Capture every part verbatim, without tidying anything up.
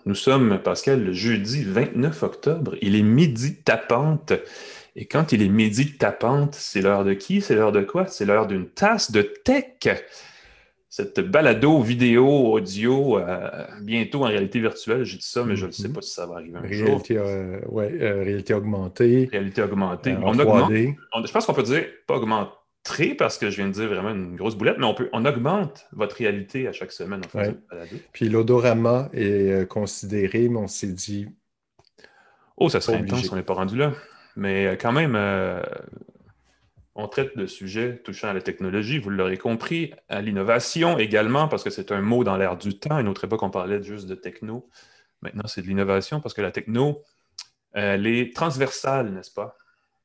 Nous sommes, Pascal, le jeudi vingt-neuf octobre. Il est midi tapante. Et quand il est midi tapante, c'est l'heure de qui? C'est l'heure de quoi? C'est l'heure d'une tasse de tech. Cette balado vidéo, audio, euh, bientôt en réalité virtuelle. J'ai dit ça, mais je ne sais Mhm. pas si ça va arriver un jour. Réalité, euh, ouais, euh, réalité augmentée, Réalité euh, augmentée. en On augmente. trois D. on- je pense qu'on peut dire pas augmenter parce que je viens de dire vraiment une grosse boulette, mais on peut, on augmente votre réalité à chaque semaine en faisant Ouais. une balado. Puis l'odorama est euh, considéré, mais on s'est dit Oh, ça pas serait intense, on obligé. n'est pas rendu là. Mais euh, quand même, euh, on traite de sujets touchant à la technologie, vous l'aurez compris, à l'innovation également, parce que c'est un mot dans l'air du temps. À une autre époque, on parlait juste de techno. Maintenant, c'est de l'innovation parce que la techno, elle est transversale, n'est-ce pas?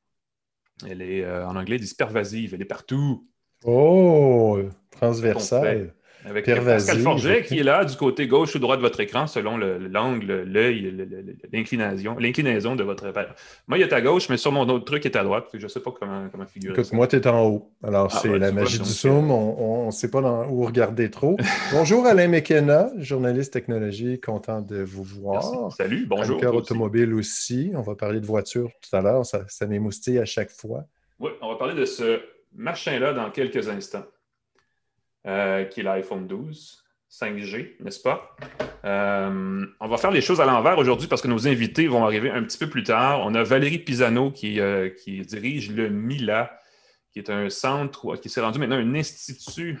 Elle est, euh, en anglais, dit pervasive, elle est partout. Oh, C'est ce qu'on fait transversal, avec Pascal pervasive, Forget OK. qui est là du côté gauche ou droit de votre écran selon le- l'angle, l'œil, le- le- le- l'inclinaison, l'inclinaison de votre appareil. Moi, il est à gauche, mais sur mon autre truc, il est à droite. Fait que je ne sais pas comment, comment figurer Écoute, ça. moi, tu es en haut. Alors, Ah, c'est bah, la tu vois, magie du donc, Zoom. euh, On ne sait pas dans- où regarder trop. Bonjour, Alain McKenna, journaliste technologie, content de vous merci. voir. Salut, bonjour, Chroniqueur toi aussi. automobile aussi. On va parler de voiture tout à l'heure. Ça, ça m'émoustille à chaque fois. Oui, on va parler de ce machin-là dans quelques instants, euh, qui est l'iPhone douze, cinq G, n'est-ce pas? Euh, on va faire les choses à l'envers aujourd'hui parce que nos invités vont arriver un petit peu plus tard. On a Valérie Pisano qui, euh, qui dirige le MILA, qui est un centre qui s'est rendu maintenant un institut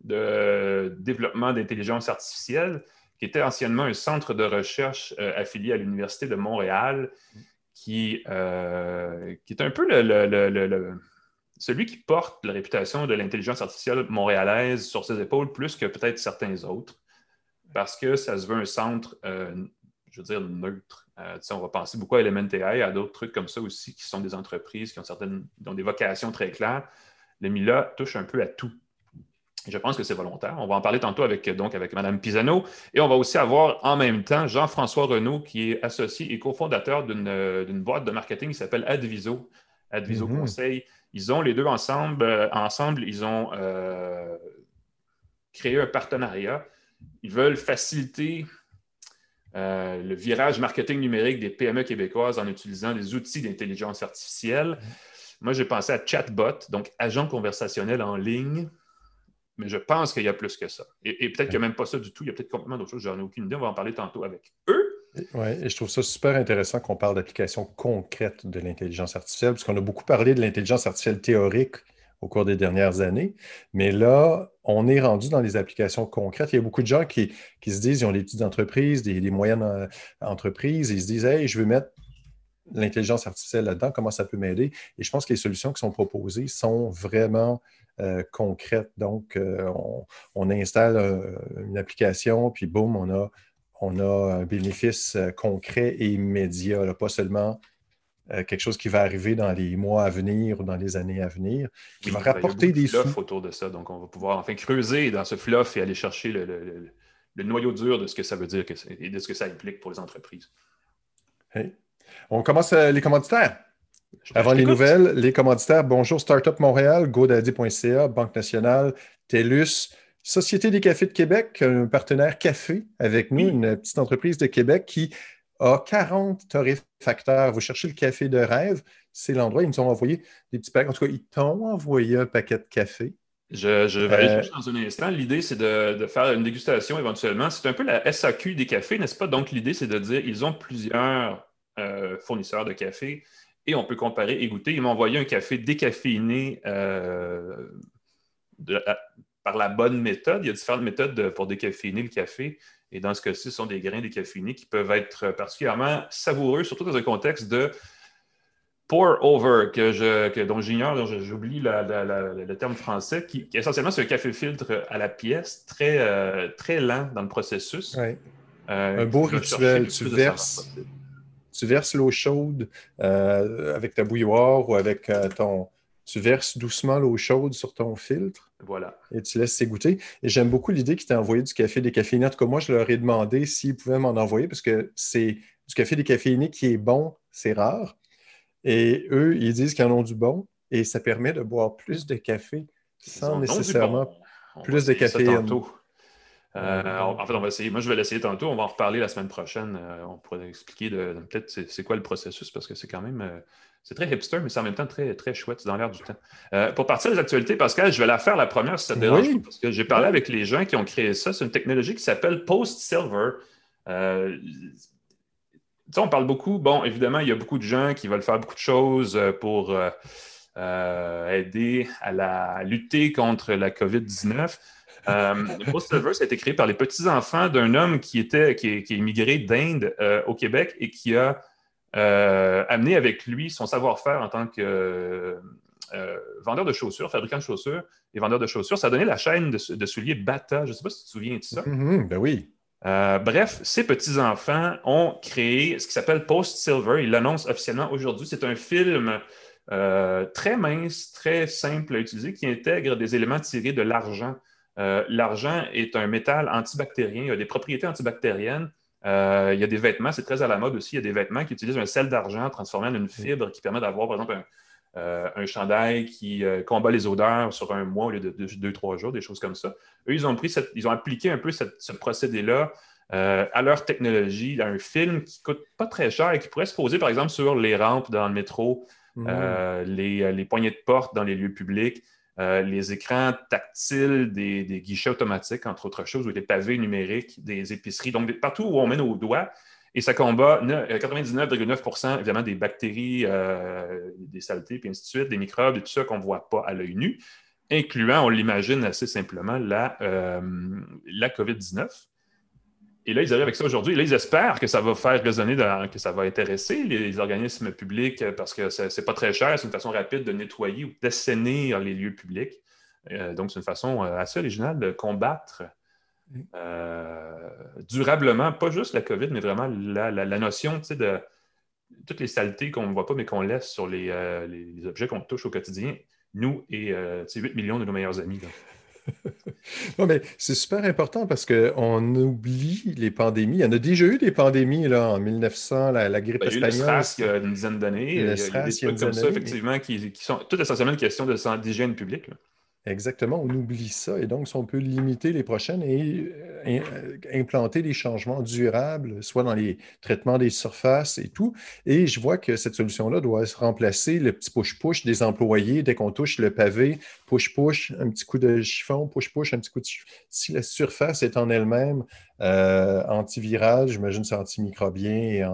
de développement d'intelligence artificielle, qui était anciennement un centre de recherche euh, affilié à l'Université de Montréal, qui, euh, qui est un peu le, le, le, le celui qui porte la réputation de l'intelligence artificielle montréalaise sur ses épaules plus que peut-être certains autres, parce que ça se veut un centre, euh, je veux dire, neutre. Euh, on va penser beaucoup à Elementai, à d'autres trucs comme ça aussi, qui sont des entreprises qui ont, certaines, qui ont des vocations très claires. Le Mila touche un peu à tout. Je pense que c'est volontaire. On va en parler tantôt avec, donc, avec Mme Pisano. Et on va aussi avoir en même temps Jean-François Renaud, qui est associé et cofondateur d'une, d'une boîte de marketing qui s'appelle Adviso. Adviso Mhm. Conseil. Ils ont les deux ensemble, euh, ensemble ils ont euh, créé un partenariat. Ils veulent faciliter euh, le virage marketing numérique des P M E québécoises en utilisant des outils d'intelligence artificielle. Moi, j'ai pensé à chatbot, donc agent conversationnel en ligne, mais je pense qu'il y a plus que ça. Et, et peut-être qu'il n'y a même pas ça du tout. Il y a peut-être complètement d'autres choses. J'en ai aucune idée. On va en parler tantôt avec eux. Ouais, et je trouve ça super intéressant qu'on parle d'applications concrètes de l'intelligence artificielle, parce qu'on a beaucoup parlé de l'intelligence artificielle théorique au cours des dernières années, mais là, on est rendu dans les applications concrètes. Il y a beaucoup de gens qui, qui se disent, ils ont des petites entreprises, des, des moyennes euh, entreprises, et ils se disent, hey, je veux mettre l'intelligence artificielle là-dedans, comment ça peut m'aider? Et je pense que les solutions qui sont proposées sont vraiment euh, concrètes. Donc, euh, on, on installe euh, une application, puis boum, on a, on a un bénéfice euh, concret et immédiat, là, pas seulement euh, quelque chose qui va arriver dans les mois à venir ou dans les années à venir, qui va Oui, ben, il y a beaucoup rapporter de des fluff sous. autour de ça. Donc, on va pouvoir enfin creuser dans ce fluff et aller chercher le, le, le, le noyau dur de ce que ça veut dire que et de ce que ça implique pour les entreprises. Hey. On commence euh, les commanditaires. Je, Avant je les t'écoute. nouvelles, les commanditaires, bonjour Startup Montréal, godaddy point c a, Banque Nationale, TELUS, Société des cafés de Québec, un partenaire café avec nous, Oui, une petite entreprise de Québec qui a quarante torréfacteurs. Vous cherchez le café de rêve, c'est l'endroit. Ils nous ont envoyé des petits paquets. En tout cas, ils t'ont envoyé un paquet de café. je, je vais aller Euh, chercher dans un instant. L'idée, c'est de, de faire une dégustation éventuellement. C'est un peu la S A Q des cafés, n'est-ce pas? Donc, l'idée, c'est de dire ils ont plusieurs euh, fournisseurs de café et on peut comparer et goûter. Ils m'ont envoyé un café décaféiné euh, de- à- par la bonne méthode. Il y a différentes méthodes de- pour décaféiner le café. Et dans ce cas-ci, ce sont des grains décaféinés qui peuvent être particulièrement savoureux, surtout dans un contexte de pour over, que je, que, dont j'ignore, dont j'oublie la- la- la- le terme français, qui, qui essentiellement c'est un café filtre à la pièce, très, euh, très lent dans le processus, ouais. euh, Un beau qui va chercher rituel. le Tu plus de saveur verses, possible. tu verses l'eau chaude euh, avec ta bouilloire ou avec euh, ton... Tu verses doucement l'eau chaude sur ton filtre Voilà. et tu laisses s'égoutter. Et j'aime beaucoup l'idée qu'ils t'aient envoyé du café décaféiné. En tout cas, moi, je leur ai demandé s'ils pouvaient m'en envoyer parce que c'est du café décaféiné qui est bon, c'est rare. Et eux, ils disent qu'ils en ont du bon et ça permet de boire plus de café Ils sans en ont du bon. nécessairement On va plus de essayer ça caféine. tantôt. Euh, en fait, on va essayer. Moi, je vais l'essayer tantôt. On va en reparler la semaine prochaine. Euh, on pourrait expliquer de, de peut-être c'est, c'est quoi le processus parce que c'est quand même. Euh, c'est très hipster, mais c'est en même temps très, très chouette. C'est dans l'air du temps. Euh, pour partir des actualités, Pascal, je vais la faire la première si ça te dérange pas Oui, parce que j'ai parlé oui. avec les gens qui ont créé ça. C'est une technologie qui s'appelle Post Silver. Euh, tu sais, on parle beaucoup. Bon, évidemment, il y a beaucoup de gens qui veulent faire beaucoup de choses euh, pour euh, euh, aider à, la, à lutter contre la covid dix-neuf. Euh, Post Silver, ça a été créé par les petits-enfants d'un homme qui, était, qui, est, qui est immigré d'Inde euh, au Québec et qui a euh, amené avec lui son savoir-faire en tant que euh, euh, vendeur de chaussures, fabricant de chaussures et vendeur de chaussures. Ça a donné la chaîne de, de souliers Bata. Je ne sais pas si tu te souviens de ça. Mhm, ben oui. Euh, bref, ces petits-enfants ont créé ce qui s'appelle Post Silver. Ils l'annoncent officiellement aujourd'hui. C'est un film euh, très mince, très simple à utiliser qui intègre des éléments tirés de l'argent. Euh, l'argent est un métal antibactérien. Il a des propriétés antibactériennes. Euh, il y a des vêtements, c'est très à la mode aussi. Il y a des vêtements qui utilisent un sel d'argent transformé en une fibre qui permet d'avoir, par exemple, un, euh, un chandail qui euh, combat les odeurs sur un mois au lieu de deux, deux, trois jours, des choses comme ça. Eux, ils ont pris cette, ils ont appliqué un peu cette, ce procédé-là euh, à leur technologie, à un film qui coûte pas très cher et qui pourrait se poser, par exemple, sur les rampes dans le métro, Mhm. euh, les, les poignées de porte dans les lieux publics, euh, les écrans tactiles des, des, guichets automatiques, entre autres choses, ou les pavés numériques des épiceries. Donc, partout où on met nos doigts, et ça combat quatre-vingt-dix-neuf virgule neuf pour cent évidemment des bactéries, euh, des saletés, puis ainsi de suite, des microbes et tout ça qu'on ne voit pas à l'œil nu, incluant, on l'imagine assez simplement, la, euh, la covid dix-neuf. Et là, ils arrivent avec ça aujourd'hui. Et là, ils espèrent que ça va faire résonner, dans, que ça va intéresser les, les organismes publics parce que ce n'est pas très cher. C'est une façon rapide de nettoyer ou d'assainir les lieux publics. Euh, donc, c'est une façon assez originale de combattre euh, durablement, pas juste la COVID, mais vraiment la, la, la notion de toutes les saletés qu'on ne voit pas, mais qu'on laisse sur les, euh, les, les objets qu'on touche au quotidien, nous et euh, huit millions de nos meilleurs amis. Là. Non, mais c'est super important parce qu'on oublie les pandémies. Il y en a déjà eu des pandémies là, en mille neuf cents, la, la grippe Ben, il y a eu le espagnole, SRAS il y a une dizaine d'années. le Il y a, il y a des SRAS il y a une trucs comme dizaine ça, d'années, mais effectivement, qui, qui sont tout essentiellement une question de d'hygiène publique. Là. exactement, on oublie ça. Et donc, si on peut limiter les prochaines et euh, euh, implanter des changements durables, soit dans les traitements des surfaces et tout. Et je vois que cette solution-là doit se remplacer le petit push-push des employés dès qu'on touche le pavé, push-push, un petit coup de chiffon, push-push, un petit coup de chiffon. Si la surface est en elle-même euh, antivirale, j'imagine c'est antimicrobien et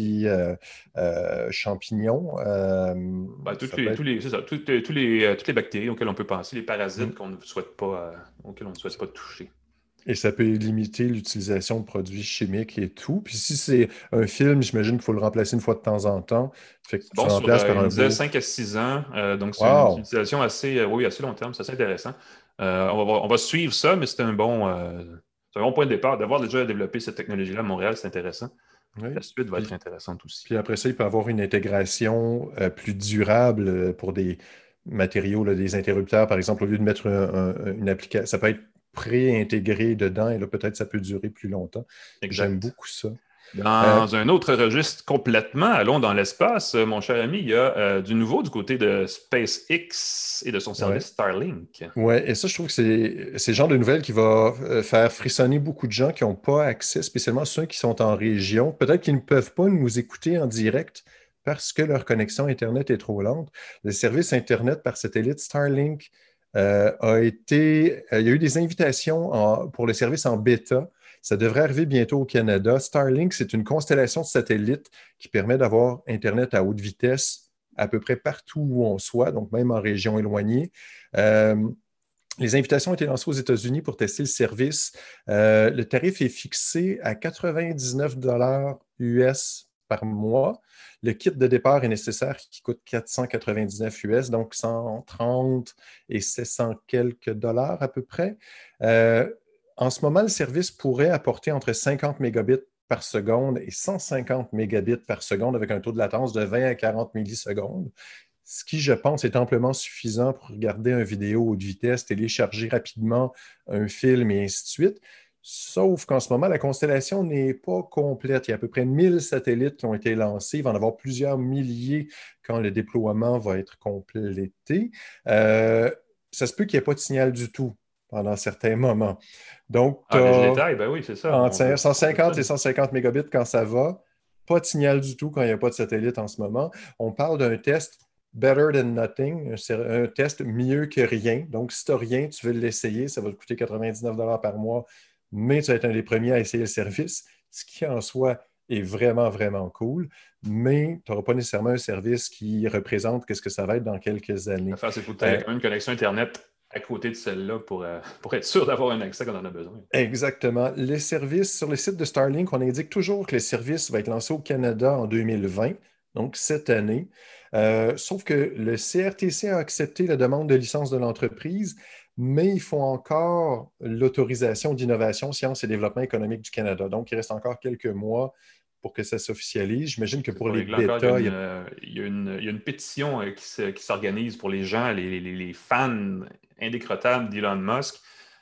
anti-champignon, euh, euh, Ben, toutes ça les, peut tous être... les, c'est ça, toutes, les, tous les, euh, toutes les bactéries auxquelles on peut penser, les parasites Mm. qu'on ne souhaite pas, euh, auxquels on ne souhaite pas toucher. Et ça peut limiter l'utilisation de produits chimiques et tout. Puis si c'est un film, j'imagine qu'il faut le remplacer une fois de temps en temps. Fait que C'est tu bon le sur, remplaces euh, par il me un disait, beau. cinq à six ans. Euh, donc, c'est une Wow! utilisation assez, euh, oui, assez long terme. C'est assez intéressant. Euh, on, va, on va suivre ça, mais c'est un bon, euh, c'est un bon point de départ. D'avoir déjà développé cette technologie-là à Montréal, c'est intéressant. La Oui. suite va être Puis, intéressante aussi. puis après ça, il peut avoir une intégration euh, plus durable euh, pour des matériaux, là, des interrupteurs, par exemple, au lieu de mettre un- un- une application, ça peut être pré-intégré dedans et là, peut-être ça peut durer plus longtemps. J'aime Exact. beaucoup ça. Euh, Dans un autre registre complètement, allons dans l'espace, euh, mon cher ami, il y a euh, du nouveau du côté de SpaceX et de son ouais. service Starlink. Ouais, et ça, je trouve que c'est c'est le genre de nouvelles qui va euh, faire frissonner beaucoup de gens qui n'ont pas accès, spécialement ceux qui sont en région. Peut-être qu'ils ne peuvent pas nous écouter en direct parce que leur connexion Internet est trop lente. Le service Internet par satellite Starlink euh, a été... euh, il y a eu des invitations en- pour le service en bêta. Ça devrait arriver bientôt au Canada. Starlink, c'est une constellation de satellites qui permet d'avoir Internet à haute vitesse à peu près partout où on soit, donc même en région éloignée. Euh, les invitations ont été lancées aux États-Unis pour tester le service. Euh, le tarif est fixé à quatre-vingt-dix-neuf dollars U S par mois. Le kit de départ est nécessaire qui coûte quatre cent quatre-vingt-dix-neuf U S, donc cent trente et sept cents quelques dollars à peu près. Euh, en ce moment, le service pourrait apporter entre cinquante mégabits par seconde et cent cinquante mégabits par seconde avec un taux de latence de vingt à quarante millisecondes. Ce qui, je pense, est amplement suffisant pour regarder une vidéo haute vitesse, télécharger rapidement un film et ainsi de suite. Sauf qu'en ce moment, la constellation n'est pas complète. Il y a à peu près mille satellites qui ont été lancés. Il va en avoir plusieurs milliers quand le déploiement va être complété. Euh, ça se peut qu'il n'y ait pas de signal du tout pendant certains moments. Donc, tu Ah, léger as détail, ben oui, c'est ça. On entre veut, cent on veut ça. cinquante et cent cinquante mégabits quand ça va, pas de signal du tout quand il n'y a pas de satellite en ce moment. On parle d'un test better than nothing, un, un test mieux que rien. Donc, si tu n'as rien, tu veux l'essayer, ça va te coûter quatre-vingt-dix-neuf dollars par mois, mais tu vas être un des premiers à essayer le service, ce qui en soi est vraiment, vraiment cool, mais tu n'auras pas nécessairement un service qui représente ce que ça va être dans quelques années. L'affaire, c'est qu'il faut que tu aies Euh, quand même une connexion Internet à côté de celle-là pour, euh, pour être sûr d'avoir un accès quand on en a besoin. Exactement. Les services, sur le site de Starlink, on indique toujours que le service va être lancé au Canada en deux mille vingt, donc cette année. Euh, sauf que le C R T C a accepté la demande de licence de l'entreprise, mais il faut encore l'autorisation d'innovation, sciences et développement économique du Canada. Donc, il reste encore quelques mois pour que ça s'officialise. J'imagine que C'est pour pas les réglé encore. Il y a bêtas, il une, y a... euh, il y a une, il y a une pétition euh, qui se- qui s'organise pour les gens, les, les- les fans indécrottables d'Elon Musk.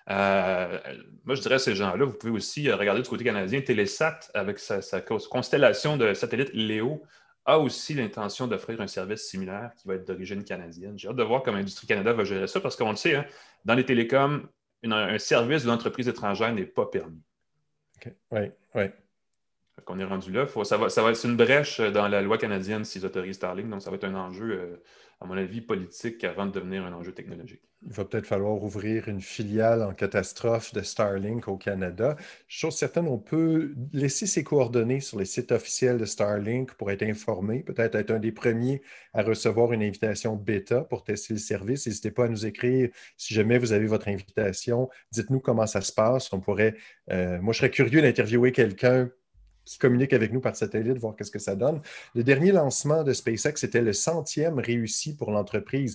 Euh, moi, je dirais à ces gens-là, vous pouvez aussi euh, regarder du côté canadien. Télésat, avec sa, sa cons- constellation de satellites Léo, a aussi l'intention d'offrir un service similaire qui va être d'origine canadienne. J'ai hâte de voir comment Industrie Canada va gérer ça parce qu'on le sait, hein, dans les télécoms, une- un service d'une entreprise étrangère n'est pas permis. OK. Oui, oui. Fait qu'on est rendu là. Faut, ça va, ça va être une brèche dans la loi canadienne s'ils autorisent Starlink. Donc, ça va être un enjeu, euh, à mon avis, politique avant de devenir un enjeu technologique. Il va peut-être falloir ouvrir une filiale en catastrophe de Starlink au Canada. Chose certaine, on peut laisser ses coordonnées sur les sites officiels de Starlink pour être informé, peut-être être un des premiers à recevoir une invitation bêta pour tester le service. N'hésitez pas à nous écrire si jamais vous avez votre invitation. Dites-nous comment ça se passe. On pourrait, euh, moi, je serais curieux d'interviewer quelqu'un qui communique avec nous par satellite, voir qu'est-ce que ça donne. Le dernier lancement de SpaceX, c'était le centième réussi pour l'entreprise.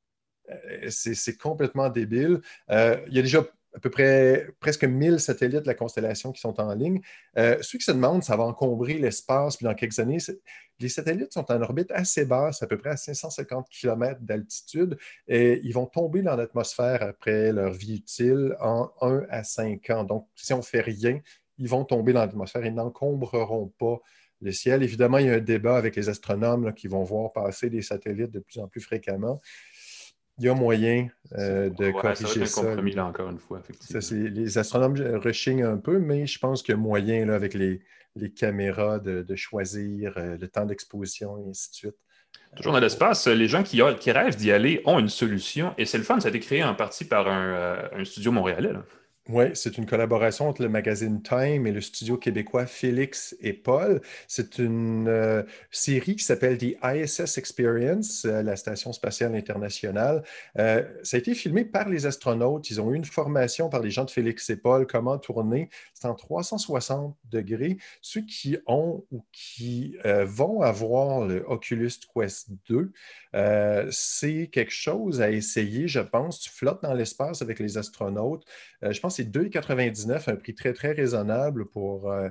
Euh, C'est c'est complètement débile. Euh, il y a déjà à peu près presque mille satellites de la constellation qui sont en ligne. Euh, ceux qui se demandent, ça va encombrer l'espace, puis dans quelques années, les satellites sont en orbite assez basse, à peu près à cinq cent cinquante kilomètres d'altitude, et ils vont tomber dans l'atmosphère après leur vie utile en un à cinq ans. Donc, si on ne fait rien, ils vont tomber dans l'atmosphère et n'encombreront pas le ciel. Évidemment, il y a un débat avec les astronomes là, qui vont voir passer des satellites de plus en plus fréquemment. Il y a moyen C'est- euh, de ouais, ça va être corriger un ça. compromis, Les, là, encore une fois, ça, effectivement. c'est- les astronomes rechignent un peu, mais je pense qu'il y a moyen, là, avec les, les caméras, de, de choisir euh, le temps d'exposition et ainsi de suite. Toujours Euh, dans pour... l'espace, les gens qui, a- qui rêvent d'y aller ont une solution. Et c'est le fun, ça a été créé en partie par un, euh, un studio montréalais, là. Oui, c'est une collaboration entre le magazine Time et le studio québécois Félix et Paul. C'est une euh, série qui s'appelle The I S S Experience, euh, la Station spatiale internationale. Euh, ça a été filmé par les astronautes. Ils ont eu une formation par les gens de Félix et Paul, comment tourner. C'est en trois cent soixante degrés. Ceux qui ont ou qui euh, vont avoir le Oculus Quest deux, euh, c'est quelque chose à essayer, je pense. Tu flottes dans l'espace avec les astronautes. Euh, je pense que c'est deux quatre-vingt-dix-neuf, un prix très, très raisonnable pour euh,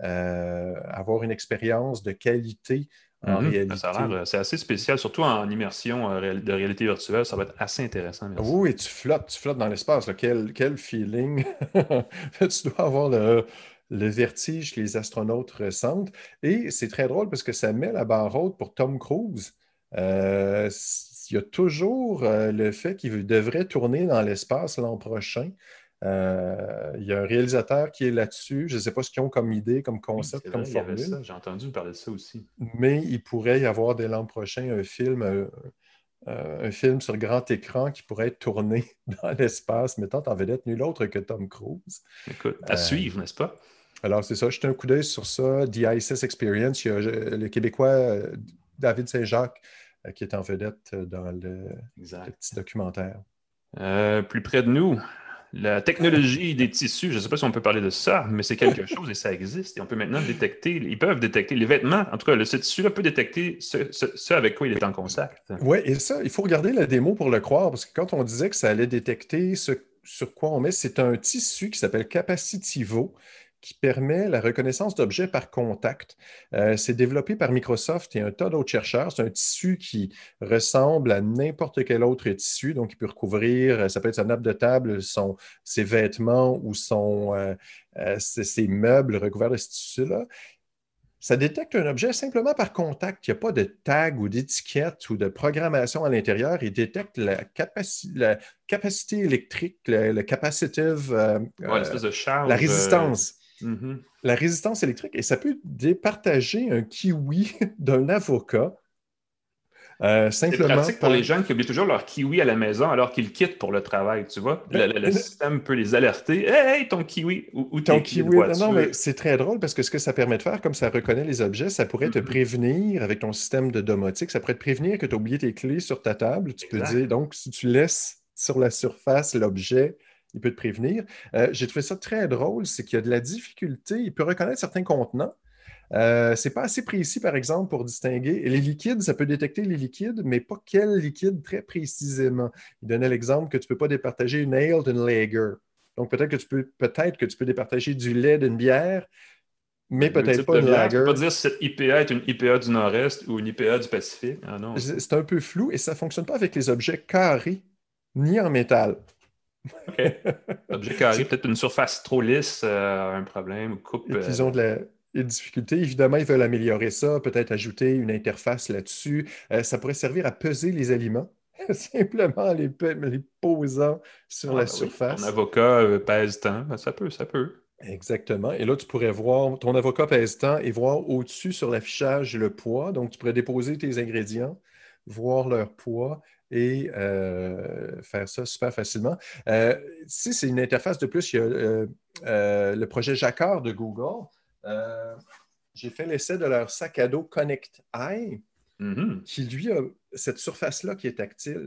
euh, avoir une expérience de qualité en Mhm. Ça a l'air, réalité. euh, c'est assez spécial, surtout en immersion euh, réal- de réalité virtuelle. Ça va être assez intéressant, merci. Oui, et tu flottes, tu flottes dans l'espace. Là. Quel, quel feeling! Tu dois avoir le, le vertige que les astronautes ressentent. Et c'est très drôle parce que ça met la barre haute pour Tom Cruise. Euh, il y a toujours euh, le fait qu'il devrait tourner dans l'espace l'an prochain. Euh, il y a un réalisateur qui est là-dessus. Je ne sais pas ce qu'ils ont comme idée, comme Oui, concept, c'est comme vrai, il y avait formule, ça. J'ai entendu parler de ça aussi. mais il pourrait y avoir dès l'an prochain un film, euh, euh, un film sur grand écran qui pourrait être tourné dans l'espace, mettant en vedette nul autre que Tom Cruise. Écoute, à Euh, suivre, n'est-ce pas? alors, c'est ça, jetez un coup d'œil sur ça. The I S S Experience, il y a euh, le Québécois euh, David Saint-Jacques euh, qui est en vedette euh, dans le, le Exact. petit documentaire. Euh, plus près de nous, la technologie des tissus, je ne sais pas si on peut parler de ça, mais c'est quelque chose et ça existe. Et on peut maintenant détecter, ils peuvent détecter les vêtements. En tout cas, le, ce tissu-là peut détecter ce, ce- ce avec quoi il est en contact. Oui, et ça, il faut regarder la démo pour le croire, parce que quand on disait que ça allait détecter ce sur quoi on met, c'est un tissu qui s'appelle Capacitivo, qui permet la reconnaissance d'objets par contact. Euh, c'est développé par Microsoft et un tas d'autres chercheurs. C'est un tissu qui ressemble à n'importe quel autre tissu, donc il peut recouvrir, ça peut être sa nappe de table, son, ses vêtements ou son, euh, euh, ses, ses meubles recouverts de ce tissu-là. Ça détecte un objet simplement par contact. Il n'y a pas de tag ou d'étiquette ou de programmation à l'intérieur. Il détecte la, capaci- la capacité électrique, le, le capacitive, euh, Ouais, euh, l'espèce de la charge. euh, résistance. mhm. La résistance électrique. Et ça peut départager un kiwi d'un avocat euh, C'est simplement pratique pour les par... gens qui oublient toujours leur kiwi à la maison alors qu'ils quittent pour le travail, tu vois. Le, Ben, le- le système peut les alerter. Hey, hey, ton kiwi ou, ou ton tes clés de kiwi, non, non, voiture. mais c'est très drôle parce que ce que ça permet de faire, comme ça reconnaît les objets, ça pourrait te Mhm. prévenir avec ton système de domotique, ça pourrait te prévenir que tu as oublié tes clés sur ta table. Tu peux dire, Exact. donc, si tu laisses sur la surface l'objet, il peut te prévenir. Euh, j'ai trouvé ça très drôle, c'est qu'il y a de la difficulté. Il peut reconnaître certains contenants. Euh, c'est pas assez précis, par exemple, pour distinguer. Et les liquides, ça peut détecter les liquides, mais pas quel liquide très précisément. Il donnait l'exemple que tu ne peux pas départager une ale d'une lager. Donc, peut-être que tu peux, peut-être que tu peux départager du lait d'une bière, Mais mais deux peut-être types pas de une bières. Tu peux pas lager. dire si cette I P A est une I P A du Nord-Est ou une I P A du Pacifique. Ah non. C'est un peu flou et ça ne fonctionne pas avec les objets carrés ni en métal. OK. Objet carré, C'est peut-être une surface trop lisse, euh, un problème, ou coupe. Et qu'ils euh, ont de la des difficultés. Évidemment, ils veulent améliorer ça, peut-être ajouter une interface là-dessus. Euh, ça pourrait servir à peser les aliments, simplement en les, pe- les posant sur Ah la ben oui, ton surface. avocat euh, pèse tant. Ben, ça peut, ça peut. Exactement. Et là, tu pourrais voir ton avocat pèse temps et voir au-dessus sur l'affichage le poids. Donc, tu pourrais déposer tes ingrédients, voir leur poids et euh, faire ça super facilement. Euh, si c'est une interface de plus, il y a euh, euh, le projet Jacquard de Google. Euh, j'ai fait l'essai de leur sac à dos Connect Eye, Mhm. qui lui a cette surface-là qui est tactile.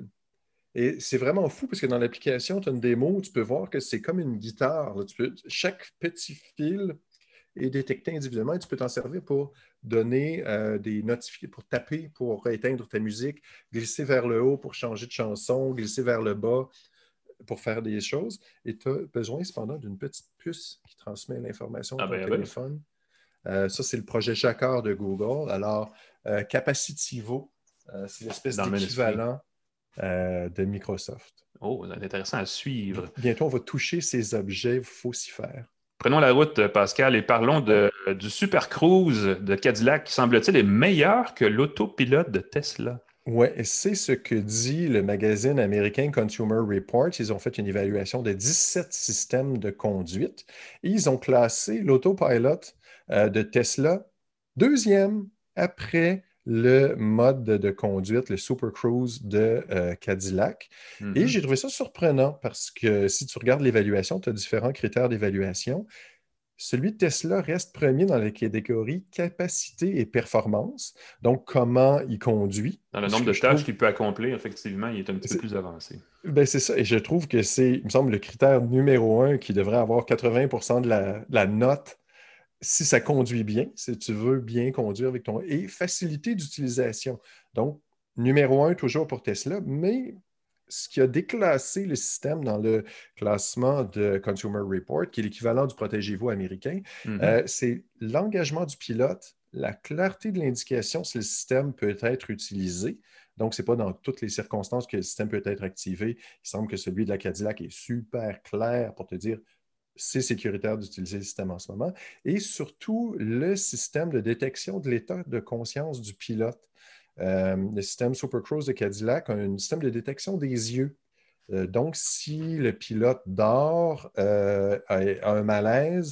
Et c'est vraiment fou parce que dans l'application, tu as une démo où tu peux voir que c'est comme une guitare. Là. Tu peux, chaque petit fil est détecté individuellement et tu peux t'en servir pour donner euh, des notifications, pour taper, pour éteindre ta musique, glisser vers le haut pour changer de chanson, glisser vers le bas pour faire des choses. Et tu as besoin cependant d'une petite puce qui transmet l'information à Ah ton ben, ah ben. téléphone. Euh, ça, c'est le projet Jacquard de Google. Alors, euh, Capacitivo, euh, c'est l'espèce Dans le même esprit. d'équivalent euh, de Microsoft. Oh, c'est intéressant à suivre. Bientôt, on va toucher ces objets, il faut s'y faire. Prenons la route, euh, Pascal, et parlons Ouais, de, du Super Cruise de Cadillac qui, semble-t-il, est meilleur que l'autopilote de Tesla. ouais, et c'est ce que dit le magazine américain Consumer Reports. Ils ont fait une évaluation de dix-sept systèmes de conduite et ils ont classé l'autopilot euh, de Tesla deuxième après le mode de, de conduite, le Super Cruise de euh, Cadillac. Et Mhm. j'ai trouvé ça surprenant parce que si tu regardes l'évaluation, tu as différents critères d'évaluation. Celui de Tesla reste premier dans la catégorie capacité et performance, donc comment il conduit. Dans le Ce nombre que de je tâches trouve, qu'il peut accomplir, effectivement, il est un petit peu c'est plus avancé. ben, c'est ça, et je trouve que c'est, il me semble, le critère numéro un qui devrait avoir quatre-vingts pour cent de la, de la note si ça conduit bien, si tu veux bien conduire avec ton... Et facilité d'utilisation. Donc, numéro un toujours pour Tesla, mais ce qui a déclassé le système dans le classement de Consumer Report, qui est l'équivalent du Protégez-vous américain, Mhm. euh, c'est l'engagement du pilote, la clarté de l'indication si le système peut être utilisé. Donc, ce n'est pas dans toutes les circonstances que le système peut être activé. Il semble que celui de la Cadillac est super clair pour te dire c'est sécuritaire d'utiliser le système en ce moment. Et surtout, le système de détection de l'état de conscience du pilote. Euh, le système Super Cruise de Cadillac a un système de détection des yeux. Euh, donc, si le pilote dort, euh, a, a un malaise,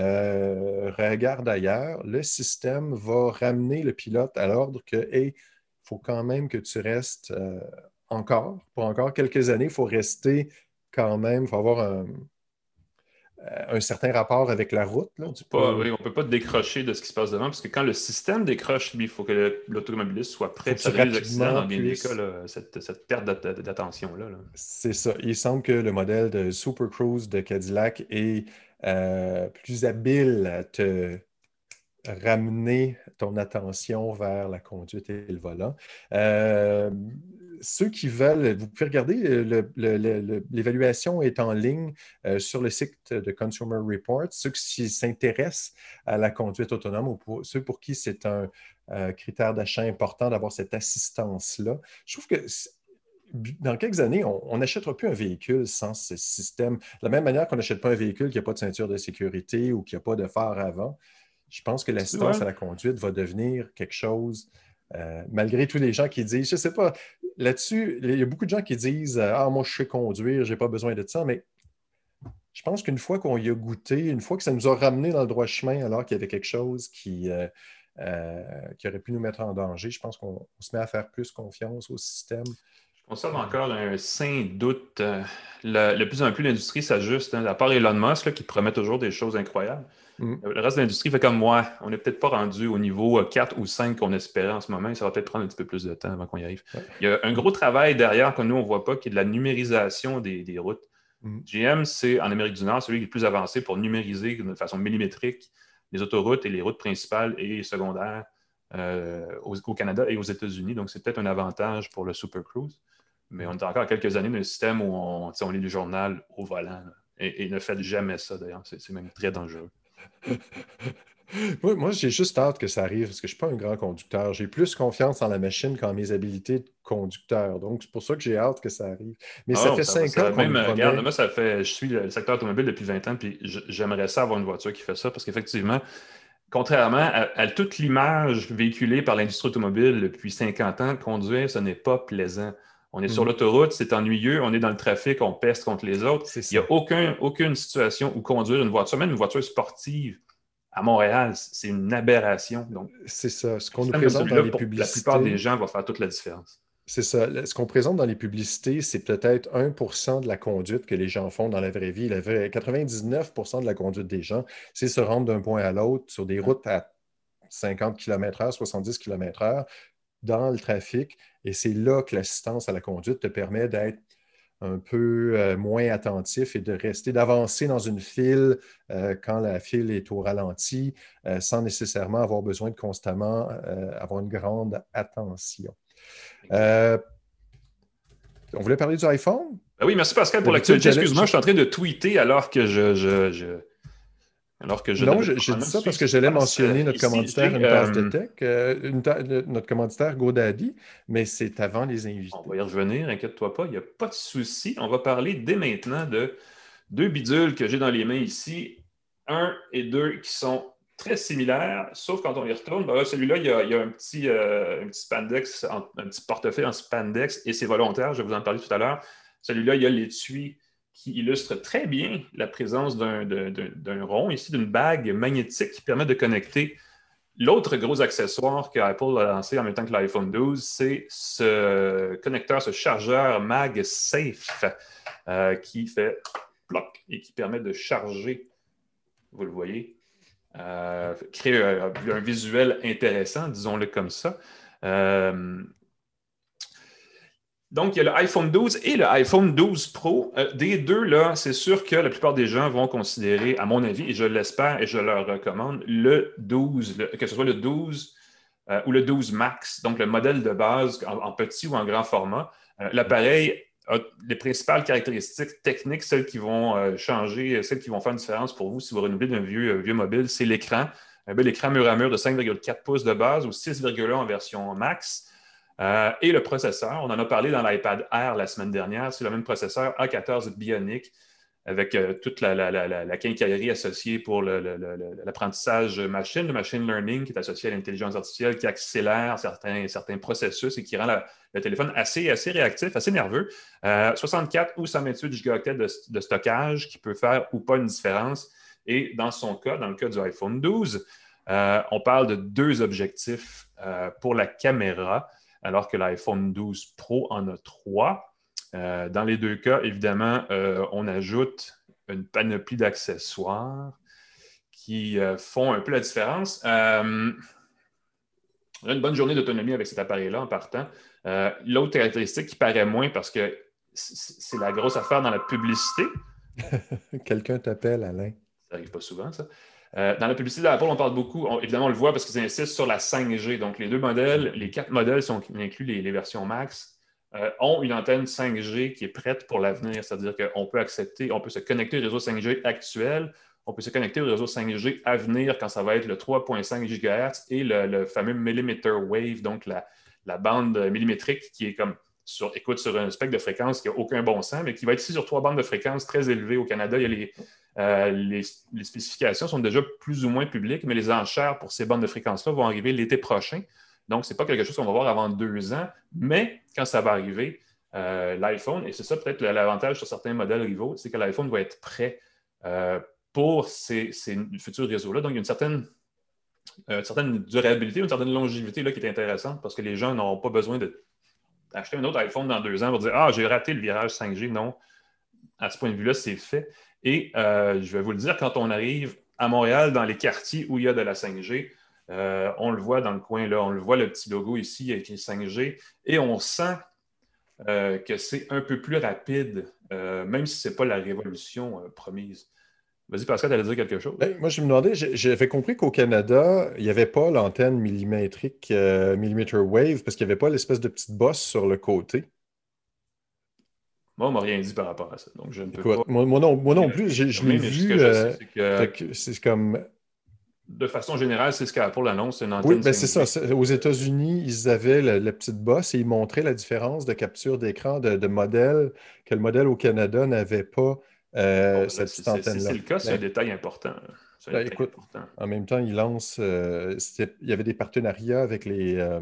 euh, regarde ailleurs, le système va ramener le pilote à l'ordre que, hey, il faut quand même que tu restes euh, encore, pour encore quelques années, il faut rester quand même, il faut avoir un, euh, un certain rapport avec la route. Là. On Tu peut pas, peux, oui, on peut pas décrocher de ce qui se passe devant, parce que quand le système décroche, lui, il faut que le- l'automobiliste soit il prêt. faut que Ça tu donne des accidents rapidement dans bien des cas, puisses. là, cette, cette perte d'at- d'attention-là. Là. C'est ça. Il semble que le modèle de Super Cruise de Cadillac est euh, plus habile à te ramener ton attention vers la conduite et le volant. Euh, ceux qui veulent, vous pouvez regarder, le- le- le- le- l'évaluation est en ligne euh, sur le site de Consumer Reports. Ceux qui s'intéressent à la conduite autonome ou pour, ceux pour qui c'est un euh, critère d'achat important d'avoir cette assistance-là. Je trouve que dans quelques années, on n'achètera plus un véhicule sans ce système. De la même manière qu'on n'achète pas un véhicule qui n'a pas de ceinture de sécurité ou qui n'a pas de phare avant. Je pense que l'assistance à la conduite va devenir quelque chose, euh, malgré tous les gens qui disent, je ne sais pas, là-dessus, il y a beaucoup de gens qui disent, ah, moi, je sais conduire, je n'ai pas besoin de ça, mais je pense qu'une fois qu'on y a goûté, une fois que ça nous a ramené dans le droit chemin alors qu'il y avait quelque chose qui, euh, euh, qui aurait pu nous mettre en danger, je pense qu'on se met à faire plus confiance au système. Je conserve encore un saint doute. Euh, le, de plus en plus, l'industrie s'ajuste. Hein, à part Elon Musk, là, qui promet toujours des choses incroyables. Mm. Le reste de l'industrie fait comme moi. On n'est peut-être pas rendu au niveau quatre ou cinq qu'on espérait en ce moment. Ça va peut-être prendre un petit peu plus de temps avant qu'on y arrive. Ouais. Il y a un gros travail derrière que nous, on ne voit pas, qui est de la numérisation des, des routes. Mm. G M, c'est en Amérique du Nord, celui qui est le plus avancé pour numériser de façon millimétrique les autoroutes et les routes principales et secondaires euh, au, au Canada et aux États-Unis. Donc, c'est peut-être un avantage pour le Super Cruise. Mais on est encore à quelques années d'un système où on, on lit le journal au volant. Et, et ne faites jamais ça, d'ailleurs. C'est, c'est même très dangereux. Moi, moi, j'ai juste hâte que ça arrive parce que je ne suis pas un grand conducteur. J'ai plus confiance en la machine qu'en mes habiletés de conducteur. Donc, c'est pour ça que j'ai hâte que ça arrive. Mais oh, ça fait ça cinq va, ans ça, qu'on même, nous promet... Regarde, moi, ça fait, je suis le secteur automobile depuis vingt ans, puis j'aimerais ça avoir une voiture qui fait ça parce qu'effectivement, contrairement à, à toute l'image véhiculée par l'industrie automobile depuis cinquante ans, conduire, ce n'est pas plaisant. On est mmh. sur l'autoroute, c'est ennuyeux, on est dans le trafic, on peste contre les autres. Il n'y a aucun, aucune situation où conduire une voiture, même une voiture sportive à Montréal, c'est une aberration. Donc, c'est ça. Ce qu'on nous présente dans les publicités... La plupart des gens va faire toute la différence. C'est ça. Ce qu'on présente dans les publicités, c'est peut-être un pour cent de la conduite que les gens font dans la vraie vie. La vraie... quatre-vingt-dix-neuf pour cent de la conduite des gens, c'est se rendre d'un point à l'autre sur des routes à cinquante kilomètres heure, soixante-dix kilomètres heure, dans le trafic. Et c'est là que l'assistance à la conduite te permet d'être un peu euh, moins attentif et de rester, d'avancer dans une file euh, quand la file est au ralenti, euh, sans nécessairement avoir besoin de constamment euh, avoir une grande attention. Euh, on voulait parler du iPhone? Ben oui, merci Pascal pour l'actualité. Excuse-moi, je suis en train de tweeter alors que je... je, je... Alors que je non, j'ai dit ça parce que j'allais mentionner notre commanditaire Une Tasse de Tech, euh, une ta... notre commanditaire GoDaddy, mais c'est avant les invités. On va y revenir, inquiète-toi pas, il n'y a pas de souci. On va parler dès maintenant de deux bidules que j'ai dans les mains ici, un et deux qui sont très similaires, sauf quand on y retourne. Ben là, celui-là, il y a, il y a un, petit, euh, un petit spandex, un petit portefeuille en spandex, et c'est volontaire, je vais vous en parler tout à l'heure. Celui-là, il y a l'étui qui illustre très bien la présence d'un, d'un, d'un rond, ici, d'une bague magnétique qui permet de connecter. L'autre gros accessoire que Apple a lancé en même temps que l'iPhone douze, c'est ce connecteur, ce chargeur MagSafe euh, qui fait ploc et qui permet de charger, vous le voyez, euh, créer un, un visuel intéressant, disons-le comme ça. Euh, Donc, il y a l'iPhone douze et le iPhone douze Pro. Euh, des deux, là, c'est sûr que la plupart des gens vont considérer, à mon avis, et je l'espère et je leur recommande, le douze, le, que ce soit le douze euh, ou le douze Max, donc le modèle de base en, en petit ou en grand format. Euh, l'appareil a les principales caractéristiques techniques, celles qui vont euh, changer, celles qui vont faire une différence pour vous si vous renouvelez d'un vieux, euh, vieux mobile, c'est l'écran. Un bel écran mur à mur de cinq virgule quatre pouces de base ou six virgule un en version Max. Euh, et le processeur, on en a parlé dans l'iPad Air la semaine dernière, c'est le même processeur A quatorze Bionic avec euh, toute la, la, la, la quincaillerie associée pour le, le, le, l'apprentissage machine, le machine learning qui est associé à l'intelligence artificielle, qui accélère certains, certains processus et qui rend la, le téléphone assez, assez réactif, assez nerveux. Euh, soixante-quatre ou cent vingt-huit gigaoctets de, de stockage qui peut faire ou pas une différence. Et dans son cas, dans le cas du iPhone douze, euh, on parle de deux objectifs euh, pour la caméra, alors que l'iPhone douze Pro en a trois. Euh, dans les deux cas, évidemment, euh, on ajoute une panoplie d'accessoires qui euh, font un peu la différence. Euh, on a une bonne journée d'autonomie avec cet appareil-là en partant. Euh, l'autre caractéristique qui paraît moins parce que c'est la grosse affaire dans la publicité. Quelqu'un t'appelle, Alain. Ça n'arrive pas souvent, ça. Euh, dans la publicité d'Apple, on parle beaucoup, on, évidemment, on le voit parce qu'ils insistent sur la cinq G. Donc, les deux modèles, les quatre modèles, si on inclut les, les versions Max, euh, ont une antenne cinq G qui est prête pour l'avenir. C'est-à-dire qu'on peut accepter, on peut se connecter au réseau cinq G actuel, on peut se connecter au réseau cinq G à venir quand ça va être le trois virgule cinq gigahertz et le, le fameux millimeter wave, donc la, la bande millimétrique qui est comme sur, écoute, sur un spectre de fréquence qui n'a aucun bon sens, mais qui va être ici sur trois bandes de fréquence très élevées au Canada. Il y a les Euh, les, les spécifications sont déjà plus ou moins publiques, mais les enchères pour ces bandes de fréquences-là vont arriver l'été prochain. Donc, ce n'est pas quelque chose qu'on va voir avant deux ans, mais quand ça va arriver, euh, l'iPhone, et c'est ça peut-être l'avantage sur certains modèles rivaux, c'est que l'iPhone va être prêt euh, pour ces, ces futurs réseaux-là. Donc, il y a une certaine, euh, une certaine durabilité, une certaine longévité là, qui est intéressante parce que les gens n'auront pas besoin d'acheter un autre iPhone dans deux ans pour dire « Ah, j'ai raté le virage cinq G ». Non, à ce point de vue-là, c'est fait. Et euh, je vais vous le dire, quand on arrive à Montréal, dans les quartiers où il y a de la cinq G, euh, on le voit dans le coin, là, on le voit, le petit logo ici avec les cinq G, et on sent euh, que c'est un peu plus rapide, euh, même si ce n'est pas la révolution euh, promise. Vas-y, Pascal, tu allais dire quelque chose? Ben, moi, je me demandais, j'ai- j'avais compris qu'au Canada, il n'y avait pas l'antenne millimétrique, euh, millimeter wave, parce qu'il n'y avait pas l'espèce de petite bosse sur le côté. Moi, on ne m'a rien dit par rapport à ça, donc je ne peux pas Écoute, moi, moi non, moi non plus, je, je l'ai confirmer, mais ce que vu. je sais, euh, c'est que fait que c'est comme. de façon générale, c'est ce qu'Apple annonce, c'est une Oui, antenne ben c'est ça. cinq G. c'est- Aux États-Unis, ils avaient la, la petite bosse et ils montraient la différence de capture d'écran de, de modèle, que le modèle au Canada n'avait pas Bon, euh, là, cette si petite c'est si c'est antenne-là. le cas, c'est un Ben, détail important. C'est un ben, détail écoute, important. en même temps, ils lancent. euh, c'était- il y avait des partenariats avec les. euh,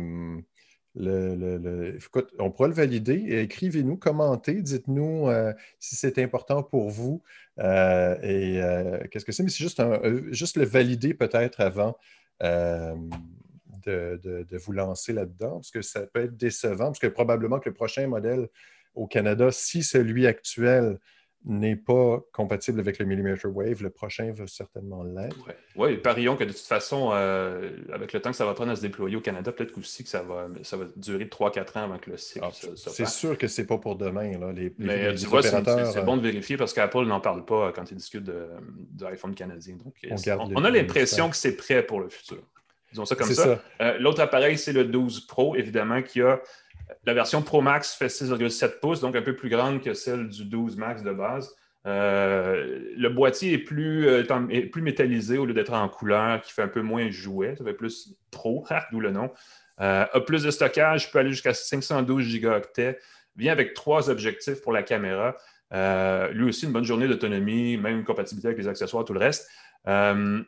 le, le- le- écoute, on pourra le valider. Écrivez-nous, commentez, dites-nous euh, si c'est important pour vous euh, et euh, qu'est-ce que c'est. Mais c'est juste, un- euh, juste le valider peut-être avant euh, de, de- de vous lancer là-dedans, parce que ça peut être décevant, parce que probablement que le prochain modèle au Canada, si celui actuel n'est pas compatible avec le millimeter wave, le prochain va certainement l'être. Oui, ouais, parions que de toute façon, euh, avec le temps que ça va prendre à se déployer au Canada, peut-être aussi que ça va, ça va durer trois quatre ans avant que le cycle Ah, se- c'est s'opère. sûr que c'est pas pour demain, là. Les, les- Mais euh, les- tu les vois, c'est c'est- opérateurs, c'est euh, bon de vérifier parce qu'Apple n'en parle pas euh, quand il discute de, de l'iPhone canadien. Donc, euh, on c'est- garde on, le, on a le mystère. l'impression que c'est prêt pour le futur. Disons ça comme C'est ça. ça. Euh, L'autre appareil, c'est le douze Pro, évidemment, qui a la version Pro Max fait six virgule sept pouces, donc un peu plus grande que celle du douze Max de base. Euh, le boîtier est plus, euh, est plus métallisé au lieu d'être en couleur, qui fait un peu moins jouet, ça fait plus pro, d'où le nom. Euh, a plus de stockage, peut aller jusqu'à cinq cent douze gigaoctets, vient avec trois objectifs pour la caméra. Euh, lui aussi, une bonne journée d'autonomie, même une compatibilité avec les accessoires, tout le reste. Euh,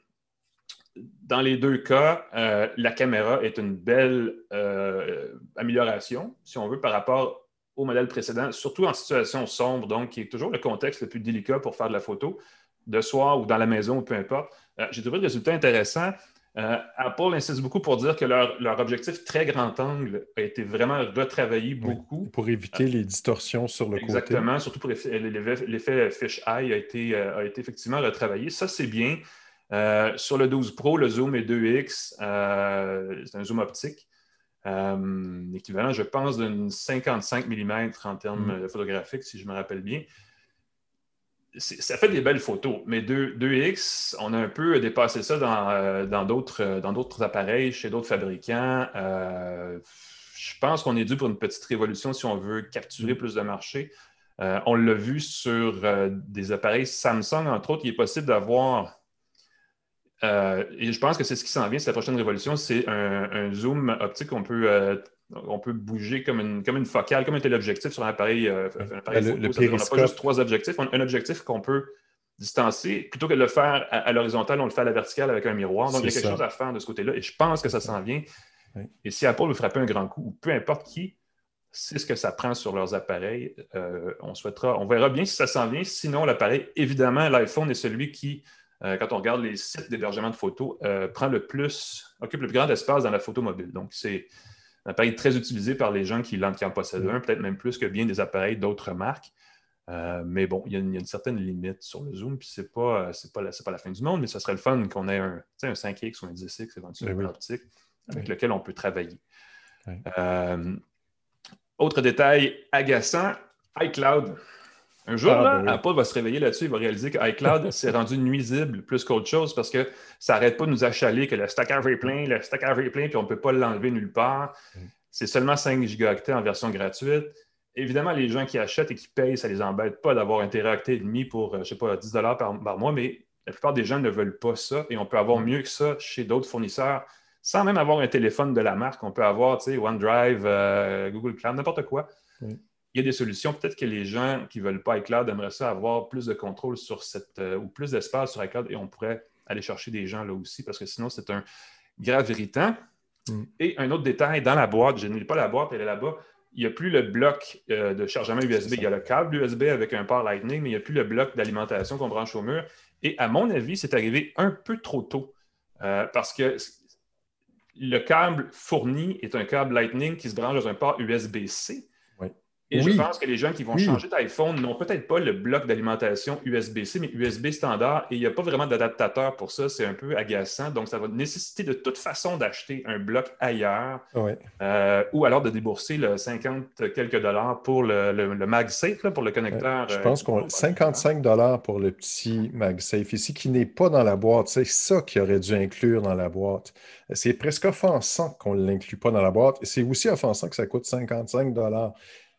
dans les deux cas, euh, la caméra est une belle euh, amélioration, si on veut, par rapport au modèle précédent, surtout en situation sombre, donc qui est toujours le contexte le plus délicat pour faire de la photo, de soir ou dans la maison, ou peu importe. Euh, J'ai trouvé le résultat intéressant. Euh, Apple insiste beaucoup pour dire que leur, leur objectif très grand angle a été vraiment retravaillé Oui. beaucoup. Pour éviter les distorsions sur le côté. Exactement, surtout pour l'effet fish eye a été, euh, a été effectivement retravaillé. Ça, c'est bien. Euh, sur le douze Pro, le zoom est deux X. Euh, c'est un zoom optique. Euh, équivalent, je pense, d'une cinquante-cinq millimètres en termes Mm. photographiques, si je me rappelle bien. Ça fait des belles photos, mais deux, deux X, on a un peu dépassé ça dans, euh, dans d'autres, dans d'autres appareils, chez d'autres fabricants. Euh, je pense qu'on est dû pour une petite révolution si on veut capturer Mm. plus de marché. Euh, on l'a vu sur euh, des appareils Samsung, entre autres, il est possible d'avoir, euh, et je pense que c'est ce qui s'en vient, c'est la prochaine révolution, c'est un, un zoom optique qu'on peut, euh, on peut bouger comme une, comme une focale, comme un téléobjectif sur un appareil, euh, Oui. un appareil Ben, le, le photo. Ça veut dire qu'on n'a pas juste périscope, trois objectifs, on a un objectif qu'on peut distancer. Plutôt que de le faire à, à l'horizontale, on le fait à la verticale avec un miroir. Donc, il c'est y a quelque chose ça. à faire de ce côté-là et je pense que C'est ça ça. s'en vient. Oui. Et si Apple veut frapper un grand coup, ou peu importe qui, c'est ce que ça prend sur leurs appareils. Euh, on souhaitera, on verra bien si ça s'en vient. Sinon, l'appareil, évidemment, l'iPhone est celui qui, euh, quand on regarde les sites d'hébergement de photos, euh, prend le plus, occupe le plus grand espace dans la photo mobile. Donc, c'est un appareil très utilisé par les gens qui, qui en possèdent Oui. un, peut-être même plus que bien des appareils d'autres marques. Euh, mais bon, il y, a une, il y, a une certaine limite sur le zoom, puis c'est pas, c'est pas, la, c'est pas la fin du monde, mais ça serait le fun qu'on ait un, un cinq X ou un dix X Ben éventuellement oui. optique avec Oui. lequel on peut travailler. Oui. Euh, autre détail agaçant, iCloud. Un jour, Ah, là, ben oui. Apple va se réveiller là-dessus, il va réaliser que iCloud s'est rendu nuisible plus qu'autre chose parce que ça n'arrête pas de nous achaler que le stockage est plein, le stockage est plein, puis on ne peut pas l'enlever nulle part. Oui. C'est seulement cinq gigaoctets en version gratuite. Évidemment, les gens qui achètent et qui payent, ça ne les embête pas d'avoir un téraoctet et demi pour, je ne sais pas, dix dollars par, par mois, mais la plupart des gens ne veulent pas ça et on peut avoir mieux que ça chez d'autres fournisseurs sans même avoir un téléphone de la marque. On peut avoir, tu sais, OneDrive, euh, Google Cloud, n'importe quoi. Oui. il y a des solutions. Peut-être que les gens qui ne veulent pas iCloud aimeraient ça avoir plus de contrôle sur cette, euh, ou plus d'espace sur iCloud et on pourrait aller chercher des gens là aussi parce que sinon, c'est un grave irritant. Mm. Et un autre détail, dans la boîte, je n'ai pas la boîte, elle est là-bas, il n'y a plus le bloc euh, de chargement U S B. Il y a le câble U S B avec un port Lightning, mais il n'y a plus le bloc d'alimentation qu'on branche au mur. Et à mon avis, c'est arrivé un peu trop tôt euh, parce que le câble fourni est un câble Lightning qui se branche dans un port U S B-C. Oui. Et oui. Je pense que les gens qui vont oui. changer d'iPhone n'ont peut-être pas le bloc d'alimentation U S B-C, mais U S B standard, et il n'y a pas vraiment d'adaptateur pour ça. C'est un peu agaçant. Donc, ça va nécessiter de toute façon d'acheter un bloc ailleurs oui. euh, ou alors de débourser le cinquante quelques dollars pour le, le, le MagSafe, là, pour le connecteur. Ouais, je pense euh, qu'on cinquante-cinq dollars pour le petit MagSafe ici, qui n'est pas dans la boîte. C'est ça qu'il aurait dû inclure dans la boîte. C'est presque offensant qu'on ne l'inclue pas dans la boîte. C'est aussi offensant que ça coûte cinquante-cinq dollars.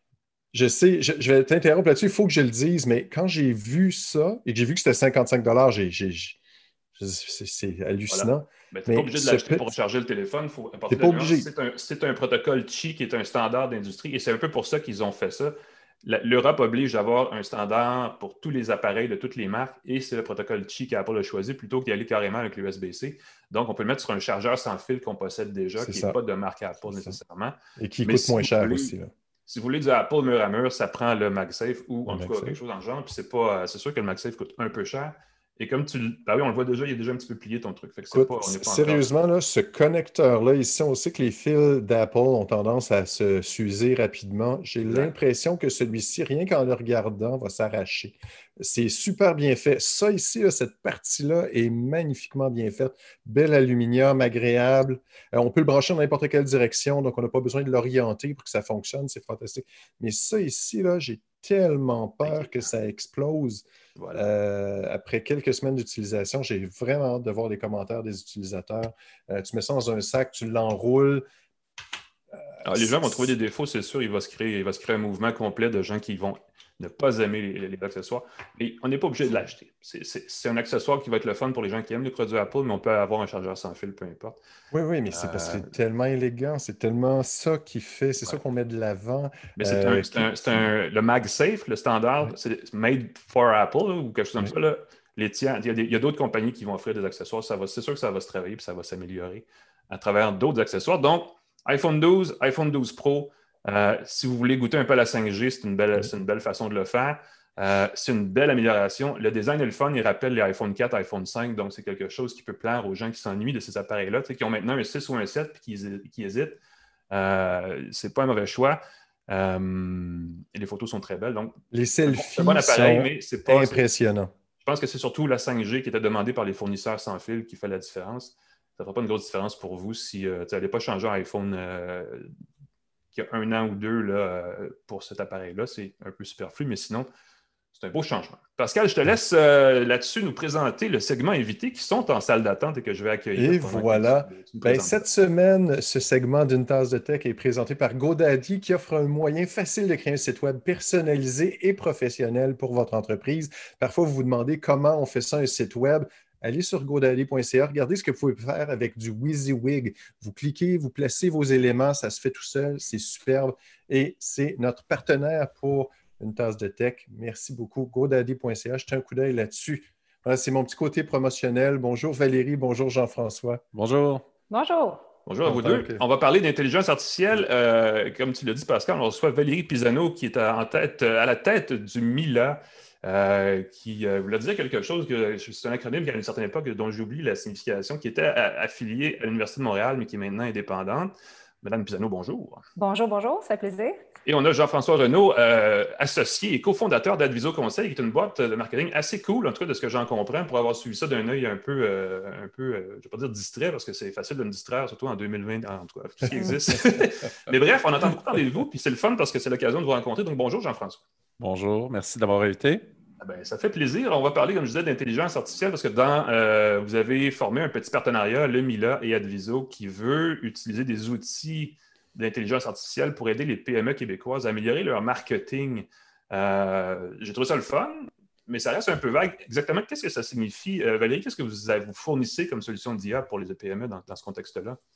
Je sais, je, je vais t'interrompre là-dessus, il faut que je le dise, mais quand j'ai vu ça et que j'ai vu que c'était cinquante-cinq dollars, j'ai, j'ai, j'ai, c'est, c'est hallucinant. Voilà. Tu n'es pas obligé de l'acheter petit... pour charger le téléphone. Faut, T'es pas obligé. C'est un, c'est un protocole Qi qui est un standard d'industrie et c'est un peu pour ça qu'ils ont fait ça. L'Europe oblige d'avoir un standard pour tous les appareils de toutes les marques et c'est le protocole Qi qu'Apple a choisi plutôt qu'd'y aller carrément avec l'U S B-C. Donc, on peut le mettre sur un chargeur sans fil qu'on possède déjà, c'est qui n'est pas de marque Apple c'est nécessairement. Ça. Et qui Mais coûte si moins cher voulez, aussi. Là. Si vous voulez du Apple mur à mur, ça prend le MagSafe ou en le tout MagSafe. Cas quelque chose dans le genre. Puis c'est pas, c'est sûr que le MagSafe coûte un peu cher. Et comme tu ben oui, on le voit déjà, il est déjà un petit peu plié ton truc. Fait que Écoute, pas, on est pas sérieusement, là, ce connecteur-là, ici, on sait que les fils d'Apple ont tendance à se s'user rapidement. J'ai exact. L'impression que celui-ci, rien qu'en le regardant, va s'arracher. C'est super bien fait. Ça ici, là, cette partie-là est magnifiquement bien faite. Bel aluminium, agréable. Euh, on peut le brancher dans n'importe quelle direction, donc on n'a pas besoin de l'orienter pour que ça fonctionne. C'est fantastique. Mais ça ici, là, j'ai tellement peur que ça explose. Voilà. Euh, après quelques semaines d'utilisation, j'ai vraiment hâte de voir les commentaires des utilisateurs. Euh, tu mets ça dans un sac, tu l'enroules. Euh, Alors, les gens vont trouver des défauts, c'est sûr. Il va, se créer, il va se créer un mouvement complet de gens qui vont ne pas aimer les, les accessoires. Mais on n'est pas obligé de l'acheter. C'est, c'est, c'est un accessoire qui va être le fun pour les gens qui aiment les produits Apple, mais on peut avoir un chargeur sans fil, peu importe. Oui, oui, mais c'est euh... parce que c'est tellement élégant. C'est tellement ça qui fait. C'est ouais. ça qu'on met de l'avant. Mais c'est, euh, un, c'est, qui... un, c'est un, le MagSafe, le standard, ouais. c'est made for Apple là, ou quelque chose comme ouais. ça. Là. Les tiers, il y a, des, il y a d'autres compagnies qui vont offrir des accessoires. Ça va, c'est sûr que ça va se travailler et ça va s'améliorer à travers d'autres accessoires. Donc, iPhone douze, iPhone douze Pro, euh, si vous voulez goûter un peu à la cinq G, c'est une belle, ouais. c'est une belle façon de le faire. Euh, c'est une belle amélioration. Le design est le fun, il rappelle les iPhone quatre, iPhone cinq, donc c'est quelque chose qui peut plaire aux gens qui s'ennuient de ces appareils-là, qui ont maintenant un six ou un sept et qui, qui hésitent. Euh, c'est pas un mauvais choix. Euh, et les photos sont très belles. Donc, les selfies c'est un bon appareil, sont mais c'est pas impressionnant. Je pense que c'est surtout la cinq G qui était demandée par les fournisseurs sans fil qui fait la différence. Ça ne fera pas une grosse différence pour vous si euh, tu n'allez pas changer un iPhone euh, qui a un an ou deux là, euh, pour cet appareil-là. C'est un peu superflu, mais sinon, c'est un beau changement. Pascal, je te laisse euh, là-dessus nous présenter le segment invité qui sont en salle d'attente et que je vais accueillir. Et voilà. Tu, tu ben, cette semaine, ce segment d'une tasse de tech est présenté par GoDaddy qui offre un moyen facile de créer un site web personnalisé et professionnel pour votre entreprise. Parfois, vous vous demandez comment on fait ça, un site web. Allez sur godaddy point c a, regardez ce que vous pouvez faire avec du WYSIWYG. Vous cliquez, vous placez vos éléments, ça se fait tout seul, c'est superbe et c'est notre partenaire pour une tasse de tech. Merci beaucoup. godaddy point c a, jetez un coup d'œil là-dessus. Voilà, c'est mon petit côté promotionnel. Bonjour Valérie, bonjour Jean-François. Bonjour. Bonjour. Bonjour à vous deux. Que... On va parler d'intelligence artificielle. Euh, comme tu l'as dit, Pascal, on reçoit Valérie Pisano qui est en tête, à la tête du Mila. Euh, qui euh, voulait dire quelque chose, que c'est un acronyme qui à une certaine époque dont j'oublie la signification, qui était à, affiliée à l'Université de Montréal, mais qui est maintenant indépendante. Madame Pisano, bonjour. Bonjour, bonjour, ça fait plaisir. Et on a Jean-François Renaud, euh, associé et cofondateur d'Adviso Conseil, qui est une boîte de marketing assez cool, en tout cas de ce que j'en comprends, pour avoir suivi ça d'un œil un peu, euh, un peu euh, je ne vais pas dire distrait, parce que c'est facile de me distraire, surtout en deux mille vingt, en tout cas, tout ce qui existe. Mais bref, on entend beaucoup parler de vous, puis c'est le fun parce que c'est l'occasion de vous rencontrer. Donc bonjour Jean-François. Bonjour, merci d'avoir invité. Ah ben, ça fait plaisir. On va parler, comme je disais, d'intelligence artificielle parce que dans, euh, vous avez formé un petit partenariat, le Mila et Adviso, qui veut utiliser des outils d'intelligence artificielle pour aider les P M E québécoises à améliorer leur marketing. Euh, j'ai trouvé ça le fun, mais ça reste un peu vague. Exactement, qu'est-ce que ça signifie? Euh, Valérie, qu'est-ce que vous, vous fournissez comme solution d'I A pour les P M E dans, dans ce contexte-là?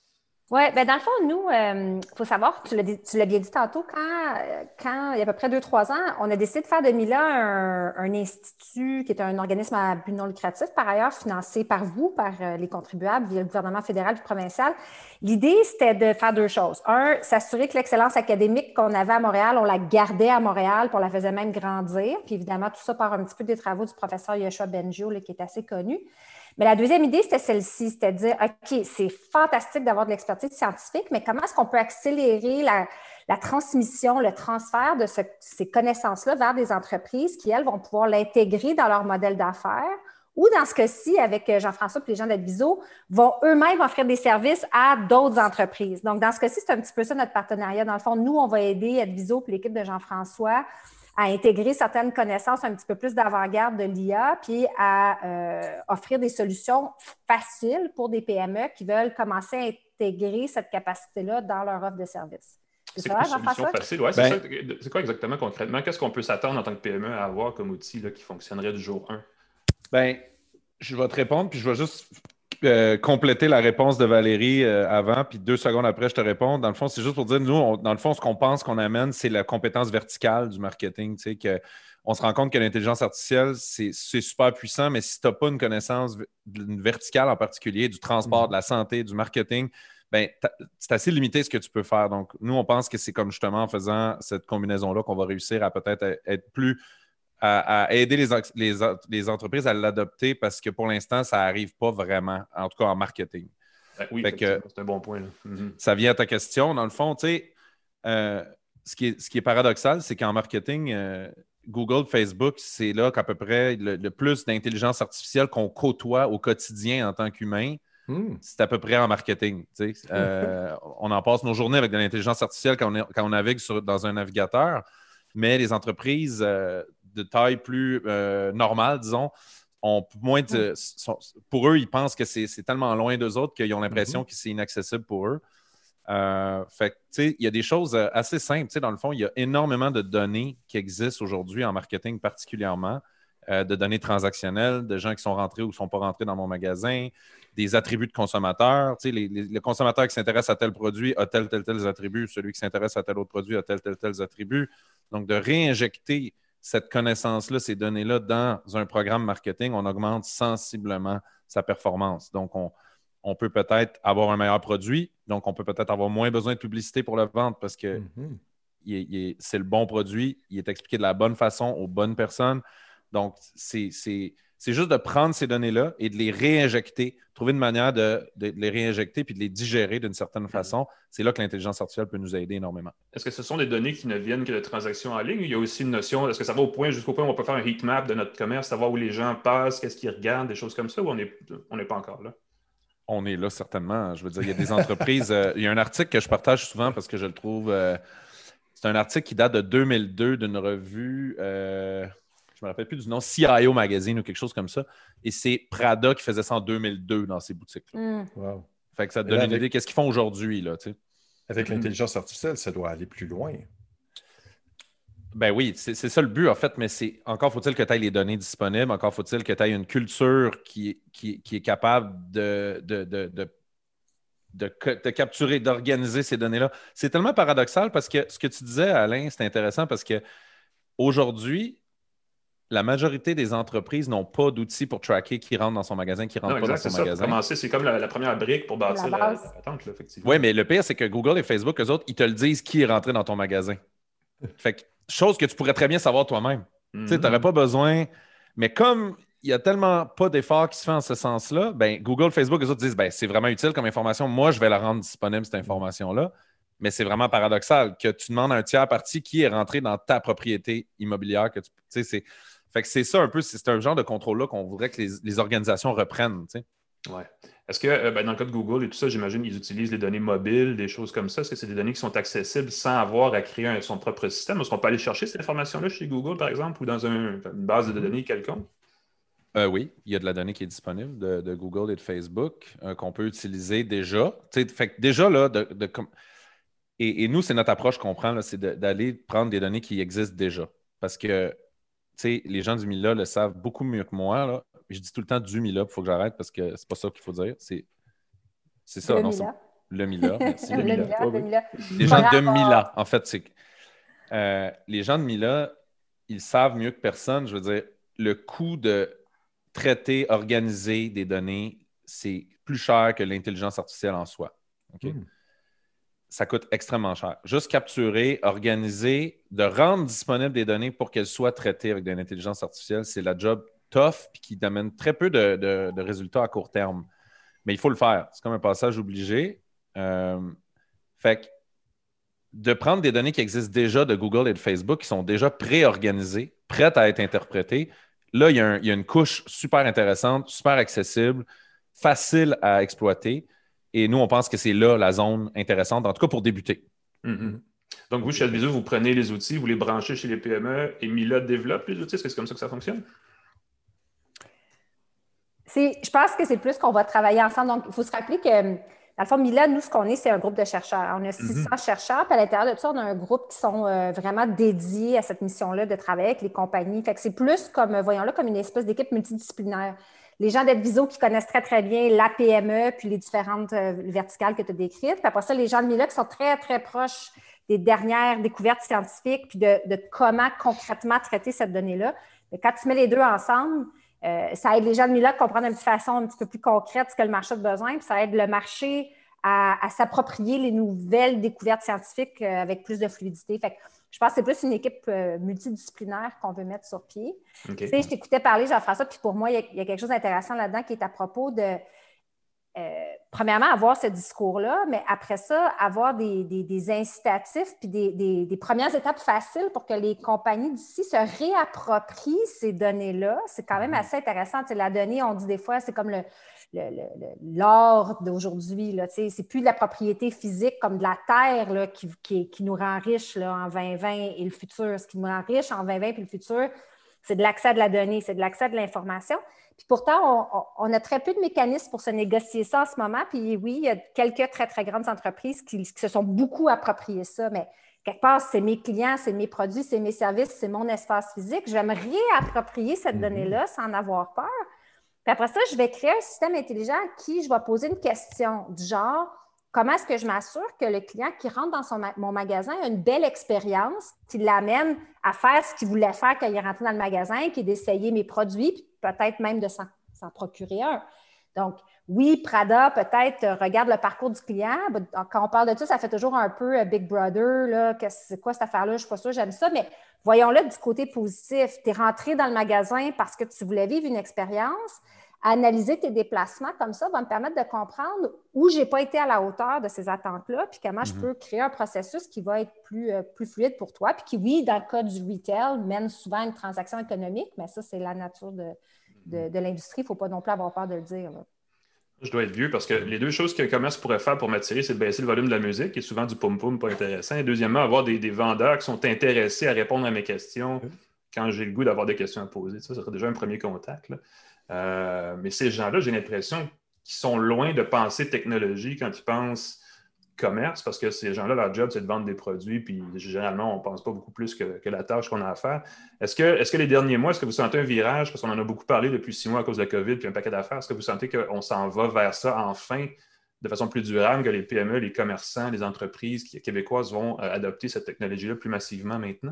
Oui, bien dans le fond, nous, il faut savoir, tu l'as, dit- tu l'as bien dit tantôt, quand, euh, quand il y a à peu près deux, trois ans, on a décidé de faire de Mila un, un institut qui est un organisme à but non lucratif, par ailleurs, financé par vous, par euh, les contribuables, via le gouvernement fédéral et provincial. L'idée, c'était de faire deux choses. Un, s'assurer que l'excellence académique qu'on avait à Montréal, on la gardait à Montréal, puis on la faisait même grandir. Puis évidemment, tout ça part un petit peu des travaux du professeur Yoshua Bengio, là, qui est assez connu. Mais la deuxième idée, c'était celle-ci, c'était de dire, OK, c'est fantastique d'avoir de l'expertise scientifique, mais comment est-ce qu'on peut accélérer la, la transmission, le transfert de ce- ces connaissances-là vers des entreprises qui, elles, vont pouvoir l'intégrer dans leur modèle d'affaires ou, dans ce cas-ci, avec Jean-François et les gens d'Adviso, vont eux-mêmes offrir des services à d'autres entreprises. Donc, dans ce cas-ci, c'est un petit peu ça notre partenariat. Dans le fond, nous, on va aider Adviso et l'équipe de Jean-François à intégrer certaines connaissances un petit peu plus d'avant-garde de l'I A, puis à euh, offrir des solutions faciles pour des P M E qui veulent commencer à intégrer cette capacité-là dans leur offre de service. C'est C'est ça, quoi une solution Jean-François? facile? Ouais, c'est Ben, ça. C'est quoi exactement concrètement? Qu'est-ce qu'on peut s'attendre en tant que P M E à avoir comme outil là, qui fonctionnerait du jour un? ben, je vais te répondre, puis je vais juste euh, compléter la réponse de Valérie euh, avant, puis deux secondes après, je te réponds. Dans le fond, c'est juste pour dire, nous, on- dans le fond, ce qu'on pense qu'on amène, c'est la compétence verticale du marketing. Tu sais, que on se rend compte que l'intelligence artificielle, c'est c'est super puissant, mais si tu n'as pas une connaissance v- d'une verticale en particulier, du transport, de la santé, du marketing, ben, t'as- c'est assez limité ce que tu peux faire. Donc, nous, on pense que c'est comme justement en faisant cette combinaison-là qu'on va réussir à peut-être être plus à, à aider les, les, les entreprises à l'adopter parce que pour l'instant, ça n'arrive pas vraiment, en tout cas en marketing. Ben oui, Fait que, effectivement, c'est un bon point. Là. Mhm. ça vient à ta question. Dans le fond, tu sais, euh, ce, qui est, ce qui est paradoxal, c'est qu'en marketing, euh, Google, Facebook, c'est là qu'à peu près le, le plus d'intelligence artificielle qu'on côtoie au quotidien en tant qu'humain. Hmm. C'est à peu près en marketing. Tu sais. Euh, on en passe nos journées avec de l'intelligence artificielle quand on, est, quand on navigue sur, dans un navigateur, mais les entreprises euh, de taille plus euh, normale, disons, ont moins de. Sont- pour eux, ils pensent que c'est c'est tellement loin d'eux autres qu'ils ont l'impression Mhm. que c'est inaccessible pour eux. Euh, fait que, tu sais, il y a des choses euh, assez simples. Tu sais, dans le fond, il y a énormément de données qui existent aujourd'hui en marketing particulièrement, euh, de données transactionnelles, de gens qui sont rentrés ou ne sont pas rentrés dans mon magasin, des attributs de consommateurs. Tu sais, les- les- le consommateur qui s'intéresse à tel produit a tel, tel, tel attributs. Celui qui s'intéresse à tel autre produit a tel, tel, tel attributs. Donc, de réinjecter cette connaissance-là, ces données-là dans un programme marketing, on augmente sensiblement sa performance. Donc, on, on peut peut-être avoir un meilleur produit, donc on peut peut-être avoir moins besoin de publicité pour le vendre parce que Mhm. il est- il est- c'est le bon produit, il est expliqué de la bonne façon aux bonnes personnes. Donc, c'est c'est- c'est juste de prendre ces données-là et de les réinjecter, trouver une manière de, de les réinjecter puis de les digérer d'une certaine façon. C'est là que l'intelligence artificielle peut nous aider énormément. Est-ce que ce sont des données qui ne viennent que de transactions en ligne ou il y a aussi une notion, est-ce que ça va au point, jusqu'au point où on peut faire un heat map de notre commerce, savoir où les gens passent, qu'est-ce qu'ils regardent, des choses comme ça, ou on n'est on n'est pas encore là? On est là certainement. Je veux dire, il y a des entreprises. euh, il y a un article que je partage souvent parce que je le trouve. euh, c'est un article qui date de deux mille deux d'une revue. euh, je ne me rappelle plus du nom, C I O Magazine ou quelque chose comme ça. Et c'est Prada qui faisait ça en deux mille deux dans ses boutiques-là. Hmm. Wow. Fait que ça te Mais donne là, une avec, idée. Qu'est-ce qu'ils font aujourd'hui, là, tu sais? avec Mhm. l'intelligence artificielle, ça doit aller plus loin. Ben oui, c'est c'est ça le but, en fait, mais c'est encore faut-il que tu aies les données disponibles, encore faut-il que tu aies une culture qui, qui, qui est capable de, de, de, de de, de capturer, d'organiser ces données-là. C'est tellement paradoxal parce que ce que tu disais, Alain, c'est intéressant parce que aujourd'hui, la majorité des entreprises n'ont pas d'outils pour tracker qui rentre dans son magasin, qui ne Non, rentre pas dans exact, son c'est ça. Pour magasin. commencer, c'est comme la, la première brique pour La bâtir la, base. la patente, là, effectivement. Oui, mais le pire, c'est que Google et Facebook, eux autres, ils te le disent qui est rentré dans ton magasin. Fait que, chose que tu pourrais très bien savoir toi-même. Mhm. Tu sais, tu n'aurais pas besoin. Mais comme il n'y a tellement pas d'efforts qui se fait en ce sens-là, ben, Google, Facebook, eux autres disent ben, c'est vraiment utile comme information. Moi, je vais la rendre disponible, cette information-là. Mais c'est vraiment paradoxal que tu demandes à un tiers parti qui est rentré dans ta propriété immobilière. Que tu sais, c'est... Fait que c'est ça un peu, c'est c'est un genre de contrôle-là qu'on voudrait que les, les organisations reprennent. Tu sais. Ouais. Est-ce que, euh, ben, dans le cas de Google et tout ça, j'imagine qu'ils utilisent les données mobiles, des choses comme ça. Est-ce que c'est des données qui sont accessibles sans avoir à créer un- son propre système? Est-ce qu'on peut aller chercher cette information-là chez Google, par exemple, ou dans un- une base de données quelconque? Euh, oui, il y a de la donnée qui est disponible de, de Google et de Facebook euh, qu'on peut utiliser déjà. Tu sais, fait que déjà, là, de, de com- et, et nous, c'est notre approche qu'on prend, là, c'est de- d'aller prendre des données qui existent déjà. Parce que tu sais, les gens du Mila le savent beaucoup mieux que moi. Là. Je dis tout le temps du Mila, il faut que j'arrête parce que c'est pas ça qu'il faut dire. C'est c'est ça, De non? c'est- Mila. Le Mila, merci. Le Le Mila. Mila, Ouais, le oui. Mila. Les gens de Bravo. Mila, en fait, c'est... Euh, les gens de Mila, ils savent mieux que personne, je veux dire, le coût de traiter, organiser des données, c'est plus cher que l'intelligence artificielle en soi. Okay? Mm. Ça coûte extrêmement cher. Juste capturer, organiser, de rendre disponibles des données pour qu'elles soient traitées avec de l'intelligence artificielle, c'est la job tough et qui amène très peu de, de, de résultats à court terme. Mais il faut le faire. C'est comme un passage obligé. Euh, fait que de prendre des données qui existent déjà de Google et de Facebook, qui sont déjà pré-organisées, prêtes à être interprétées, là, il y a, un, il y a une couche super intéressante, super accessible, facile à exploiter. Et nous, on pense que c'est là la zone intéressante, en tout cas pour débuter. Mm-hmm. Donc, vous, chez Advisor, vous prenez les outils, vous les branchez chez les P M E et Mila développe les outils. Est-ce que c'est comme ça que ça fonctionne? C'est, je pense que c'est plus qu'on va travailler ensemble. Donc, il faut se rappeler que dans le fond, Mila, nous, ce qu'on est, c'est un groupe de chercheurs. On a six cents mm-hmm. chercheurs, puis à l'intérieur de ça, on a un groupe qui sont euh, vraiment dédiés à cette mission-là de travailler avec les compagnies. Fait que c'est plus comme, voyons-le, comme une espèce d'équipe multidisciplinaire. Les gens d'Advisor qui connaissent très, très bien la P M E, puis les différentes euh, verticales que tu as décrites. Puis après ça, les gens de Mila qui sont très, très proches des dernières découvertes scientifiques, puis de, de comment concrètement traiter cette donnée-là. Mais quand tu mets les deux ensemble, Euh, ça aide les gens de Mila à comprendre de façon un petit peu plus concrète ce que le marché a besoin, puis ça aide le marché à, à s'approprier les nouvelles découvertes scientifiques euh, avec plus de fluidité. Fait que je pense que c'est plus une équipe euh, multidisciplinaire qu'on veut mettre sur pied. Okay. Tu sais, je t'écoutais parler, Jean-François, puis pour moi, il y, a, il y a quelque chose d'intéressant là-dedans qui est à propos de, euh, premièrement, avoir ce discours-là, mais après ça, avoir des, des, des incitatifs puis des, des, des premières étapes faciles pour que les compagnies d'ici se réapproprient ces données-là. C'est quand même assez intéressant. Tu sais, la donnée, on dit des fois, c'est comme le, le, le, l'or d'aujourd'hui. Là, tu sais, c'est plus de la propriété physique comme de la terre là, qui, qui, qui nous rend riches là, en vingt vingt et le futur. Ce qui nous rend riches en vingt vingt et le futur, c'est de l'accès à de la donnée, c'est de l'accès à de l'information. Puis pourtant, on, on a très peu de mécanismes pour se négocier ça en ce moment. Puis oui, il y a quelques très, très grandes entreprises qui, qui se sont beaucoup appropriées ça. Mais quelque part, c'est mes clients, c'est mes produits, c'est mes services, c'est mon espace physique. Je vais me réapproprier cette mm-hmm. donnée-là sans avoir peur. Puis après ça, je vais créer un système intelligent à qui je vais poser une question du genre, comment est-ce que je m'assure que le client qui rentre dans son, mon magasin a une belle expérience qui l'amène à faire ce qu'il voulait faire quand il est rentré dans le magasin, qui est d'essayer mes produits, puis peut-être même de s'en, s'en procurer un. Donc, oui, Prada, peut-être, regarde le parcours du client. Quand on parle de ça, ça fait toujours un peu Big Brother. Là, c'est quoi cette affaire-là? Je ne suis pas sûre, j'aime ça. Mais voyons-le du côté positif. Tu es rentré dans le magasin parce que tu voulais vivre une expérience. Analyser tes déplacements comme ça va me permettre de comprendre où je n'ai pas été à la hauteur de ces attentes-là, puis comment mm-hmm. je peux créer un processus qui va être plus, euh, plus fluide pour toi, puis qui, oui, dans le cas du retail, mène souvent à une transaction économique, mais ça, c'est la nature de, de, de l'industrie. Il ne faut pas non plus avoir peur de le dire. Là. Je dois être vieux parce que les deux choses qu'un commerce pourrait faire pour m'attirer, c'est de baisser le volume de la musique, qui est souvent du pom-pom pas intéressant. Et deuxièmement, avoir des, des vendeurs qui sont intéressés à répondre à mes questions quand j'ai le goût d'avoir des questions à poser. Ça, ça serait déjà un premier contact, là. Euh, mais ces gens-là, j'ai l'impression qu'ils sont loin de penser technologie quand ils pensent commerce, parce que ces gens-là, leur job, c'est de vendre des produits, puis généralement, on ne pense pas beaucoup plus que, que la tâche qu'on a à faire. Est-ce que, est-ce que les derniers mois, est-ce que vous sentez un virage, parce qu'on en a beaucoup parlé depuis six mois à cause de la COVID, puis un paquet d'affaires, est-ce que vous sentez qu'on s'en va vers ça enfin, de façon plus durable, que les P M E, les commerçants, les entreprises québécoises vont euh, adopter cette technologie-là plus massivement maintenant?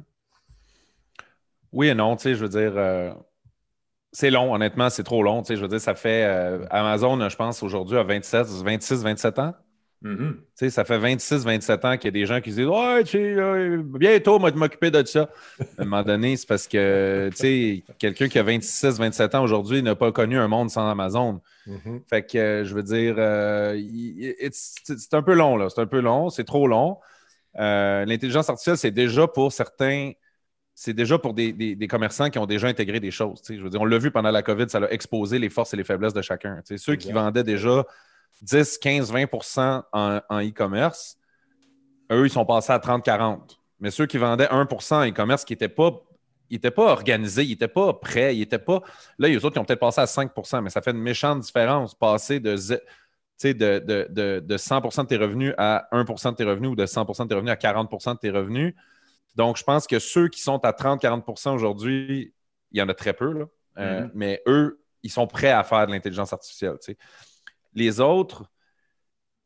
Oui et non, tu sais, je veux dire... Euh... C'est long, honnêtement, c'est trop long. Tu sais, je veux dire, ça fait euh, Amazon, je pense, aujourd'hui, à vingt-sept, vingt-six, vingt-sept ans. Mm-hmm. Tu sais, ça fait vingt-six, vingt-sept ans qu'il y a des gens qui se disent ouais, tu sais, euh, bientôt, moi, je vais m'occuper de ça. À un moment donné, c'est parce que, tu sais, quelqu'un qui a vingt-six, vingt-sept ans aujourd'hui n'a pas connu un monde sans Amazon. Mm-hmm. Fait que, euh, je veux dire, euh, c'est un peu long, là. C'est un peu long, c'est trop long. Euh, l'intelligence artificielle, c'est déjà pour certains. C'est déjà pour des, des, des commerçants qui ont déjà intégré des choses. Je veux dire, on l'a vu pendant la COVID, ça a exposé les forces et les faiblesses de chacun. T'sais, ceux exact. Qui vendaient déjà dix, quinze, vingt pour cent en, en e-commerce, eux, ils sont passés à trente, quarante. Mais ceux qui vendaient un pour cent en e-commerce qui n'étaient pas, pas organisés, ils n'étaient pas prêts, ils n'étaient pas... Là, il y a eux autres qui ont peut-être passé à cinq pour cent, mais ça fait une méchante différence, passer de, de, de, de, de cent pour cent de tes revenus à un pour cent de tes revenus ou de cent pour cent de tes revenus à quarante pour cent de tes revenus. Donc, je pense que ceux qui sont à trente à quarante pour cent aujourd'hui, il y en a très peu, là. Euh, mm-hmm. Mais eux, ils sont prêts à faire de l'intelligence artificielle. Tu sais. Les autres,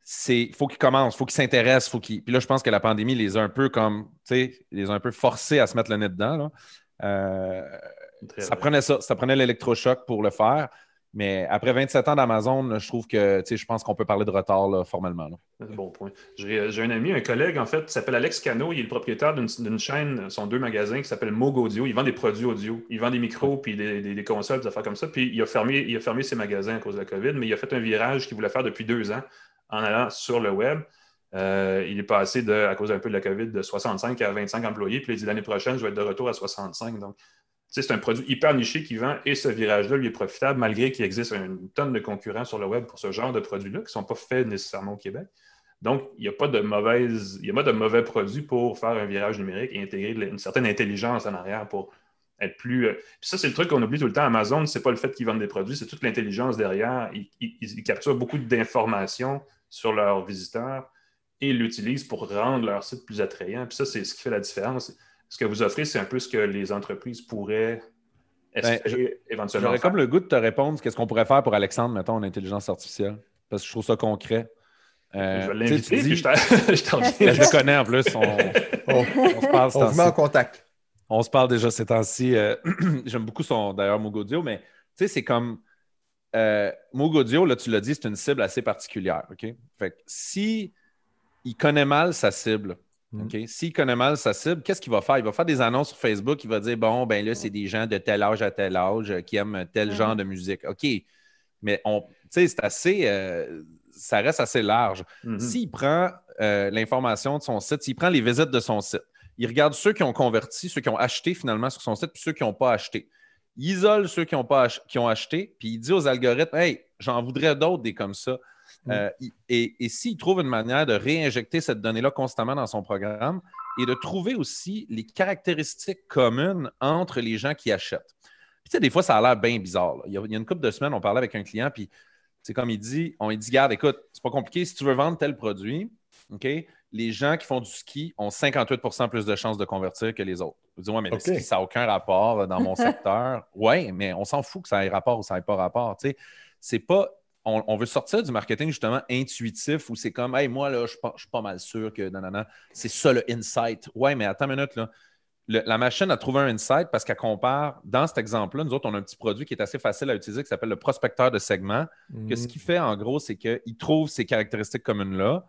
il faut qu'ils commencent, il faut qu'ils s'intéressent, faut qu'ils. Puis là, je pense que la pandémie les a un peu comme, tu sais, les a un peu forcés à se mettre le nez dedans. Là. Euh, ça vrai. prenait ça, ça prenait l'électrochoc pour le faire. Mais après vingt-sept ans d'Amazon, là, je trouve que, tu sais, je pense qu'on peut parler de retard, là, formellement. Là. C'est un bon point. J'ai, j'ai un ami, un collègue, en fait, qui s'appelle Alex Cano. Il est le propriétaire d'une, d'une chaîne, sont deux magasins, qui s'appelle Moog Audio. Il vend des produits audio. Il vend des micros, puis des, des, des consoles, des affaires comme ça. Puis il a, fermé, il a fermé ses magasins à cause de la COVID, mais il a fait un virage qu'il voulait faire depuis deux ans en allant sur le web. Euh, il est passé, de, à cause un peu de la COVID, de soixante-cinq à vingt-cinq employés. Puis il dit l'année prochaine, je vais être de retour à soixante-cinq. Donc, c'est un produit hyper niché qui vend et ce virage-là lui est profitable malgré qu'il existe une tonne de concurrents sur le web pour ce genre de produits-là qui ne sont pas faits nécessairement au Québec. Donc, il n'y a pas de mauvaise, il y a pas de mauvais produits pour faire un virage numérique et intégrer une certaine intelligence en arrière pour être plus... Puis ça, c'est le truc qu'on oublie tout le temps. Amazon, ce n'est pas le fait qu'ils vendent des produits, c'est toute l'intelligence derrière. Ils, ils, ils capturent beaucoup d'informations sur leurs visiteurs et l'utilisent pour rendre leur site plus attrayant. Puis ça, c'est ce qui fait la différence. Ce que vous offrez, c'est un peu ce que les entreprises pourraient espérer ben, je, éventuellement J'aurais faire. comme le goût de te répondre qu'est-ce qu'on pourrait faire pour Alexandre, mettons, en intelligence artificielle. Parce que je trouve ça concret. Euh, je vais l'inviter, dis, puis je t'en, je t'en je le connais en plus. On, on, on se parle. On vous met en contact. On se parle déjà ces temps-ci. Euh, j'aime beaucoup son, d'ailleurs, Moog Audio, mais tu sais, c'est comme euh, Moog Audio, là, tu l'as dit, c'est une cible assez particulière. OK? Fait que si il connaît mal sa cible, OK? S'il connaît mal sa cible, qu'est-ce qu'il va faire? Il va faire des annonces sur Facebook, il va dire bon, ben là, c'est des gens de tel âge à tel âge qui aiment tel genre de musique. OK. Mais on, tu sais, c'est assez. Euh, ça reste assez large. Mm-hmm. S'il prend euh, l'information de son site, s'il prend les visites de son site, il regarde ceux qui ont converti, ceux qui ont acheté finalement sur son site, puis ceux qui n'ont pas acheté. Il isole ceux qui ont, pas ach- qui ont acheté, puis il dit aux algorithmes hey, j'en voudrais d'autres des comme ça. Mm. Euh, et, et s'il trouve une manière de réinjecter cette donnée-là constamment dans son programme et de trouver aussi les caractéristiques communes entre les gens qui achètent. Puis, tu sais, des fois, ça a l'air bien bizarre. Là. Il y a, il y a une couple de semaines, on parlait avec un client, puis c'est comme il dit, on lui dit, garde, écoute, c'est pas compliqué, si tu veux vendre tel produit, OK, les gens qui font du ski ont cinquante-huit pour cent plus de chances de convertir que les autres. Je dis, ouais, mais okay. le ski, ça n'a aucun rapport dans mon secteur. Oui, mais on s'en fout que ça ait rapport ou ça n'ait pas rapport. Tu sais, c'est pas... On, on veut sortir du marketing justement intuitif où c'est comme, hey, moi, là, je, je suis pas mal sûr que non, non, non, c'est ça le insight. Ouais, mais attends une minute, là. Le, la machine a trouvé un insight parce qu'elle compare, dans cet exemple-là, nous autres, on a un petit produit qui est assez facile à utiliser qui s'appelle le prospecteur de segments. Mm-hmm. Que ce qu'il fait, en gros, c'est qu'il trouve ces caractéristiques communes-là,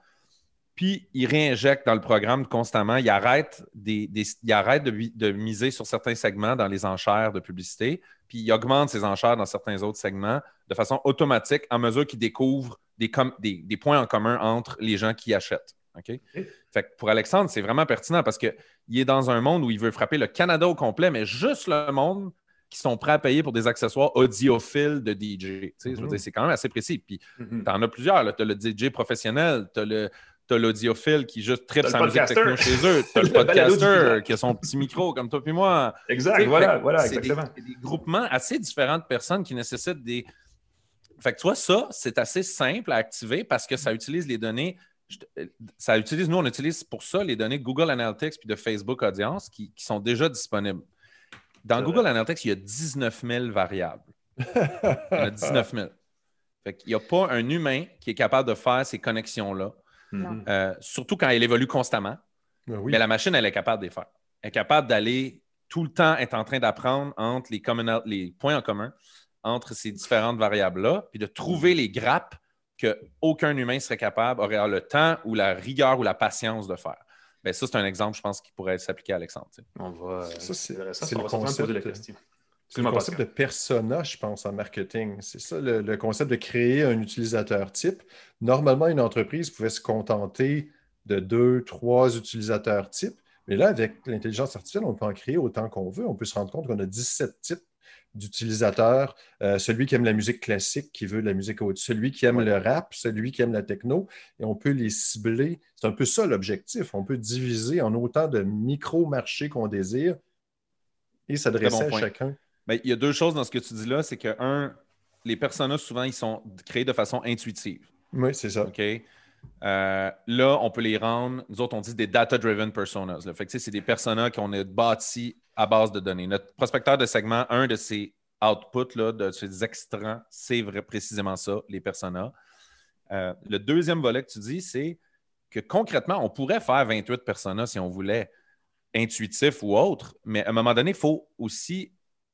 puis il réinjecte dans le programme constamment. Il arrête, des, des, il arrête de, de miser sur certains segments dans les enchères de publicité, puis il augmente ses enchères dans certains autres segments de façon automatique en mesure qu'il découvre des, com- des, des points en commun entre les gens qui achètent. Okay? Okay. Fait que pour Alexandre, c'est vraiment pertinent parce qu'il est dans un monde où il veut frapper le Canada au complet, mais juste le monde qui sont prêts à payer pour des accessoires audiophiles de D J. Mm-hmm. Je veux dire, c'est quand même assez précis. Puis mm-hmm. tu en as plusieurs. Tu as le D J professionnel, tu as le... Tu as l'audiophile qui juste tripe sa musique techno chez eux. Tu as le podcaster qui a son petit micro comme toi puis moi. Exact, voilà, fait, voilà, c'est exactement. Des, des groupements assez différents de personnes qui nécessitent des... Fait que tu vois, ça, c'est assez simple à activer parce que ça utilise les données... Ça utilise, nous, on utilise pour ça les données de Google Analytics puis de Facebook Audience qui, qui sont déjà disponibles. Dans c'est Google vrai. Analytics, il y a dix-neuf mille variables. Il y en a dix-neuf mille. Fait qu'il n'y a pas un humain qui est capable de faire ces connexions-là. Mm-hmm. Euh, surtout quand elle évolue constamment. Ben oui. Mais la machine, elle est capable de les faire. Elle est capable d'aller tout le temps être en train d'apprendre entre les, communal... les points en commun entre ces différentes variables-là, puis de trouver les grappes qu'aucun humain serait capable, aurait le temps ou la rigueur ou la patience de faire. Bien, ça, c'est un exemple, je pense, qui pourrait s'appliquer à Alexandre. Tu sais. On va. Ça, c'est, ça, c'est on le va concept poser la question. C'est le concept de persona, je pense, en marketing. C'est ça, le, le concept de créer un utilisateur type. Normalement, une entreprise pouvait se contenter de deux, trois utilisateurs types. Mais là, avec l'intelligence artificielle, on peut en créer autant qu'on veut. On peut se rendre compte qu'on a dix-sept types d'utilisateurs. Euh, celui qui aime la musique classique, qui veut de la musique audio, celui qui aime ouais. le rap, celui qui aime la techno. Et on peut les cibler. C'est un peu ça l'objectif. On peut diviser en autant de micro-marchés qu'on désire et s'adresser bon à chacun. Bien, il y a deux choses dans ce que tu dis là. C'est que, un, les personas, souvent, ils sont créés de façon intuitive. Oui, c'est ça. OK? Euh, là, on peut les rendre, nous autres, on dit des data-driven personas. Là. Fait que, c'est des personas qu'on a bâtis à base de données. Notre prospecteur de segment, un de ses outputs, là, de ses extrants, c'est vrai, précisément ça, les personas. Euh, le deuxième volet que tu dis, c'est que concrètement, on pourrait faire vingt-huit personas si on voulait, intuitif ou autre, mais à un moment donné, il faut aussi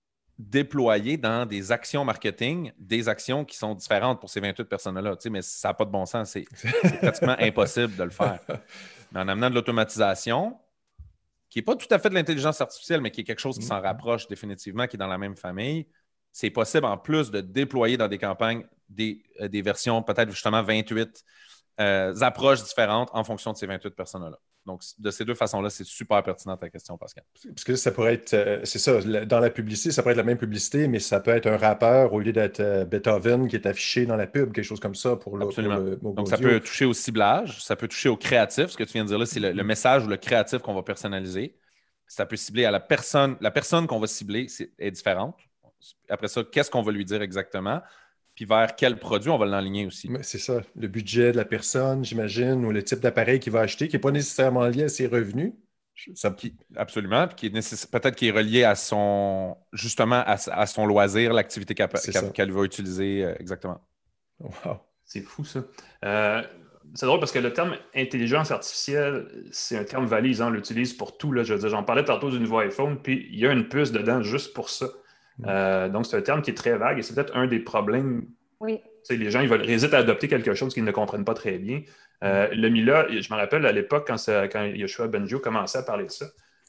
déployer dans des actions marketing des actions qui sont différentes pour ces vingt-huit personas-là. Tu sais, mais ça n'a pas de bon sens. C'est, c'est pratiquement impossible de le faire. Mais en amenant de l'automatisation, qui n'est pas tout à fait de l'intelligence artificielle, mais qui est quelque chose qui s'en rapproche définitivement, qui est dans la même famille, c'est possible en plus de déployer dans des campagnes des, euh, des versions, peut-être justement vingt-huit euh, approches différentes en fonction de ces vingt-huit personas-là. Donc, de ces deux façons-là, c'est super pertinent ta question, Pascal. Parce que ça pourrait être, euh, c'est ça, dans la publicité, ça pourrait être la même publicité, mais ça peut être un rappeur au lieu d'être euh, Beethoven qui est affiché dans la pub, quelque chose comme ça pour le, Absolument. Pour le pour Donc, ça audio. peut toucher au ciblage, ça peut toucher au créatif. Ce que tu viens de dire là, c'est le, le message ou le créatif qu'on va personnaliser. Ça peut cibler à la personne. La personne qu'on va cibler c'est, est différente. Après ça, qu'est-ce qu'on va lui dire exactement? Puis vers quel produit on va l'enligner aussi. C'est ça, le budget de la personne, j'imagine, ou le type d'appareil qu'il va acheter, qui n'est pas nécessairement lié à ses revenus. Ça... Qui, absolument, puis qui est nécessaire, peut-être qui est relié à son, justement, à, à son loisir, l'activité qu'elle, qu'elle, qu'elle va utiliser euh, exactement. Wow. C'est fou, ça. Euh, c'est drôle parce que le terme intelligence artificielle, c'est un terme valise, hein, on l'utilise pour tout. Là, je veux dire, j'en parlais tantôt d'une voix iPhone, puis il y a une puce dedans juste pour ça. Euh, donc, c'est un terme qui est très vague et c'est peut-être un des problèmes. Oui. Les gens ils veulent, hésitent à adopter quelque chose qu'ils ne comprennent pas très bien. Euh, le Mila, je me rappelle à l'époque, quand, ça, quand Yoshua Bengio commençait à parler de ça,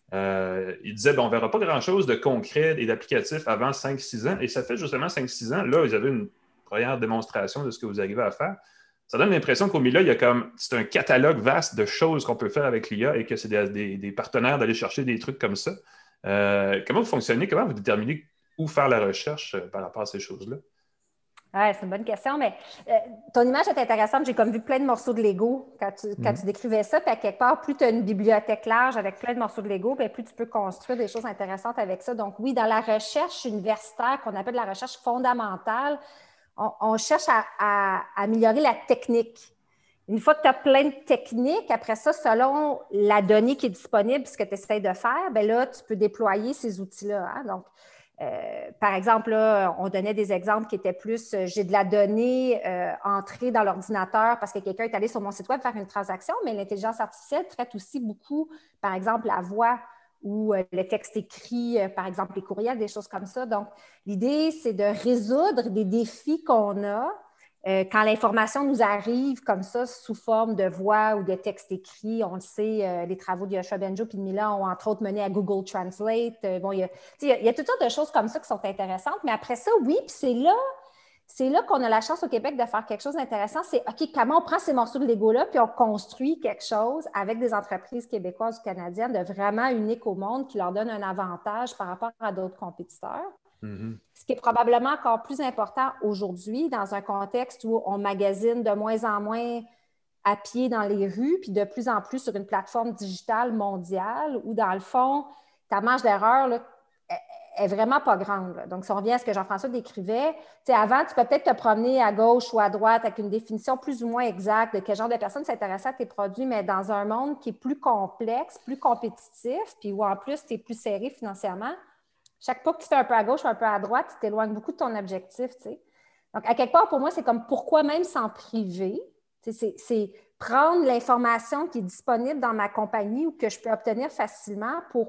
euh, il disait ben, on ne verra pas grand-chose de concret et d'applicatif avant cinq six ans. Et ça fait justement cinq six ans. Là, ils avaient une première démonstration de ce que vous arrivez à faire. Ça donne l'impression qu'au Mila, il y a comme c'est un catalogue vaste de choses qu'on peut faire avec l'I A et que c'est des, des, des partenaires d'aller chercher des trucs comme ça. Euh, comment vous fonctionnez? Comment vous déterminez où faire la recherche euh, par rapport à ces choses-là? Oui, c'est une bonne question, mais euh, ton image est intéressante. J'ai comme vu plein de morceaux de Lego quand tu, quand mm-hmm. tu décrivais ça. Puis à quelque part, plus tu as une bibliothèque large avec plein de morceaux de Lego, bien, plus tu peux construire des choses intéressantes avec ça. Donc oui, dans la recherche universitaire, qu'on appelle la recherche fondamentale, on, on cherche à, à, à améliorer la technique. Une fois que tu as plein de techniques, après ça, selon la donnée qui est disponible, ce que tu essaies de faire, bien là, tu peux déployer ces outils-là. Hein? Donc, Euh, par exemple, là, on donnait des exemples qui étaient plus euh, j'ai de la donnée euh, entrée dans l'ordinateur parce que quelqu'un est allé sur mon site web faire une transaction, mais l'intelligence artificielle traite aussi beaucoup, par exemple, la voix ou euh, le texte écrit, euh, par exemple, les courriels, des choses comme ça. Donc, l'idée, c'est de résoudre des défis qu'on a euh, quand l'information nous arrive comme ça sous forme de voix ou de texte écrit. On le sait, euh, les travaux de Yoshua Bengio et de Mila ont entre autres mené à Google Translate. Euh, bon, il y a, il y a, il y a toutes sortes de choses comme ça qui sont intéressantes, mais après ça, oui, puis c'est là, c'est là qu'on a la chance au Québec de faire quelque chose d'intéressant. C'est OK, comment on prend ces morceaux de Lego-là puis on construit quelque chose avec des entreprises québécoises ou canadiennes de vraiment unique au monde qui leur donne un avantage par rapport à d'autres compétiteurs. Mm-hmm. Ce qui est probablement encore plus important aujourd'hui dans un contexte où on magasine de moins en moins à pied dans les rues, puis de plus en plus sur une plateforme digitale mondiale où, dans le fond, ta marge d'erreur là, est vraiment pas grande. Là. Donc, si on revient à ce que Jean-François décrivait, tu sais, avant, tu peux peut-être te promener à gauche ou à droite avec une définition plus ou moins exacte de quel genre de personne s'intéresse à tes produits, mais dans un monde qui est plus complexe, plus compétitif, puis où en plus, tu es plus serré financièrement, chaque fois que tu fais un peu à gauche ou un peu à droite, tu t'éloignes beaucoup de ton objectif. Tu sais. Donc, à quelque part, pour moi, c'est comme pourquoi même s'en priver? Tu sais, c'est, c'est prendre l'information qui est disponible dans ma compagnie ou que je peux obtenir facilement pour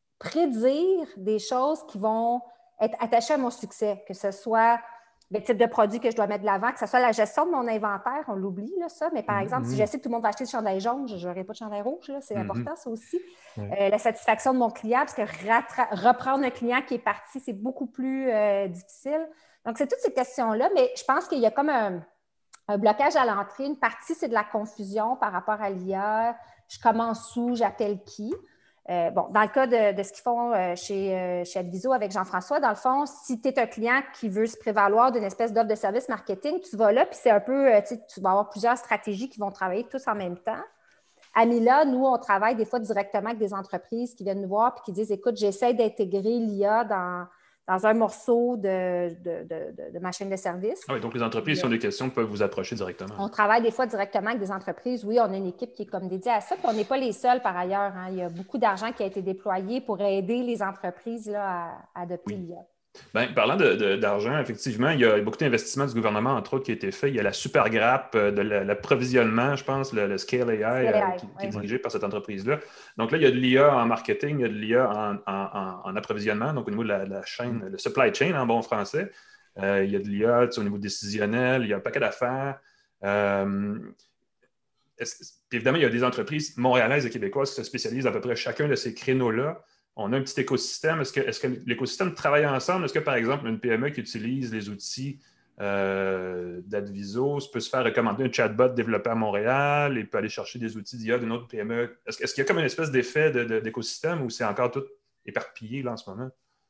prédire des choses qui vont être attachées à mon succès, que ce soit le type de produit que je dois mettre de l'avant, que ce soit la gestion de mon inventaire, on l'oublie, là, ça, mais par mm-hmm. exemple, si je sais que tout le monde va acheter le chandail jaune, je n'aurai pas de chandail rouge, là, c'est mm-hmm. important, ça aussi. Mm-hmm. Euh, la satisfaction de mon client, parce que ratra- reprendre un client qui est parti, c'est beaucoup plus euh, difficile. Donc, c'est toutes ces questions-là, mais je pense qu'il y a comme un, un blocage à l'entrée. Une partie, c'est de la confusion par rapport à l'I A. Je commence où, j'appelle qui? Euh, bon, dans le cas de, de ce qu'ils font euh, chez, euh, chez Adviso avec Jean-François, dans le fond, si tu es un client qui veut se prévaloir d'une espèce d'offre de service marketing, tu vas là, puis c'est un peu, euh, tu vas avoir plusieurs stratégies qui vont travailler tous en même temps. À Mila, nous, on travaille des fois directement avec des entreprises qui viennent nous voir et qui disent, écoute, j'essaie d'intégrer l'I A dans, dans un morceau de, de, de, de ma chaîne de service. Ah oui, donc les entreprises, qui ont des questions, peuvent vous approcher directement. On travaille des fois directement avec des entreprises. Oui, on a une équipe qui est comme dédiée à ça. Puis on n'est pas les seuls par ailleurs. Hein. Il y a beaucoup d'argent qui a été déployé pour aider les entreprises là, à, à adopter oui. l'I A. Ben, parlant de, de, d'argent, effectivement, il y a beaucoup d'investissements du gouvernement, entre autres, qui a été fait. Il y a la super grappe de l'approvisionnement, je pense, le, le Scale A I, Scale euh, A I, qui, oui. qui est dirigé par cette entreprise-là. Donc là, il y a de l'I A en marketing, il y a de l'I A en, en, en, en approvisionnement, donc au niveau de la, la chaîne, le supply chain en bon français. Euh, il y a de l'I A au niveau décisionnel, il y a un paquet d'affaires. Euh, évidemment, il y a des entreprises montréalaises et québécoises qui se spécialisent à peu près chacun de ces créneaux-là. On a un petit écosystème. Est-ce que, est-ce que l'écosystème travaille ensemble? Est-ce que, par exemple, une P M E qui utilise les outils euh, d'Adviso peut se faire recommander un chatbot développé à Montréal et peut aller chercher des outils d'I A d'une autre P M E? Est-ce, est-ce qu'il y a comme une espèce d'effet de, de, d'écosystème ou c'est encore tout éparpillé là, en ce moment?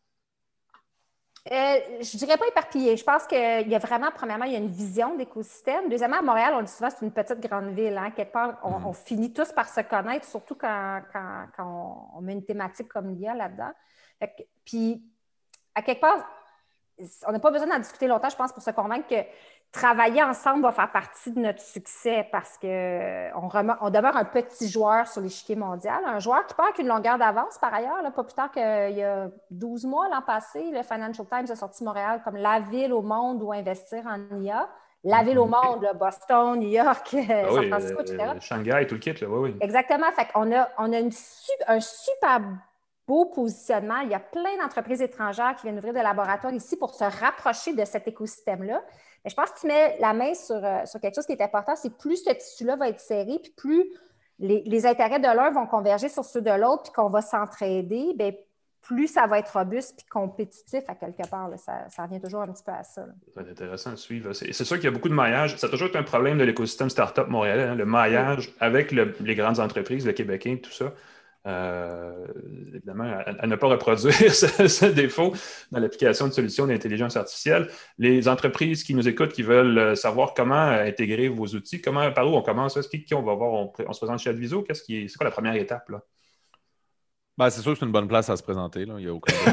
Euh, je ne dirais pas éparpillé. Je pense qu'il y a vraiment, premièrement, il y a une vision d'écosystème. Deuxièmement, à Montréal, on dit souvent que c'est une petite grande ville. Hein. Quelque part, on, mm-hmm. on finit tous par se connaître, surtout quand, quand, quand on, on met une thématique comme l'I A là-dedans. Fait que, puis, à quelque part, on n'a pas besoin d'en discuter longtemps, je pense, pour se convaincre que travailler ensemble va faire partie de notre succès parce qu'on on demeure un petit joueur sur l'échiquier mondial, un joueur qui part avec une longueur d'avance par ailleurs, là, pas plus tard qu'il y a douze mois l'an passé, le Financial Times a sorti Montréal comme la ville au monde où investir en I A. La ville au monde, là, Boston, New York, ah San oui, Francisco, euh, et cetera. Shanghai, tout le kit, là, oui, oui. Exactement. Fait qu'on a, on a une, un super beau positionnement. Il y a plein d'entreprises étrangères qui viennent ouvrir des laboratoires ici pour se rapprocher de cet écosystème-là. Mais je pense que tu mets la main sur, sur quelque chose qui est important, c'est plus ce tissu-là va être serré, puis plus les, les intérêts de l'un vont converger sur ceux de l'autre, puis qu'on va s'entraider, bien, plus ça va être robuste puis compétitif à quelque part. Là. Ça, ça revient toujours un petit peu à ça. Là. C'est intéressant à suivre. C'est, c'est sûr qu'il y a beaucoup de maillage. Ça a toujours été un problème de l'écosystème startup montréalais, hein, le maillage oui. avec le, les grandes entreprises, le Québécois, tout ça. Euh, évidemment, à, à ne pas reproduire ce, ce défaut dans l'application de solutions d'intelligence artificielle. Les entreprises qui nous écoutent, qui veulent savoir comment intégrer vos outils, comment, par où on commence, est-ce qui, qui on va voir, on, on se présente chez Adviso, qu'est-ce qui est, c'est quoi la première étape, là? Ben, c'est sûr que c'est une bonne place à se présenter. Là. Il n'y a aucun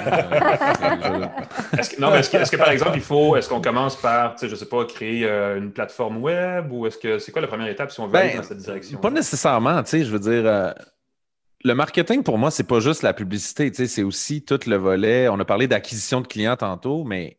est-ce que, non, mais est-ce que, est-ce que, par exemple, il faut, est-ce qu'on commence par, je ne sais pas, créer euh, une plateforme web ou est-ce que c'est quoi la première étape si on veut ben, aller dans cette direction? Pas nécessairement, tu sais, je veux dire, euh, le marketing pour moi, c'est pas juste la publicité, tu sais, c'est aussi tout le volet. On a parlé d'acquisition de clients tantôt, mais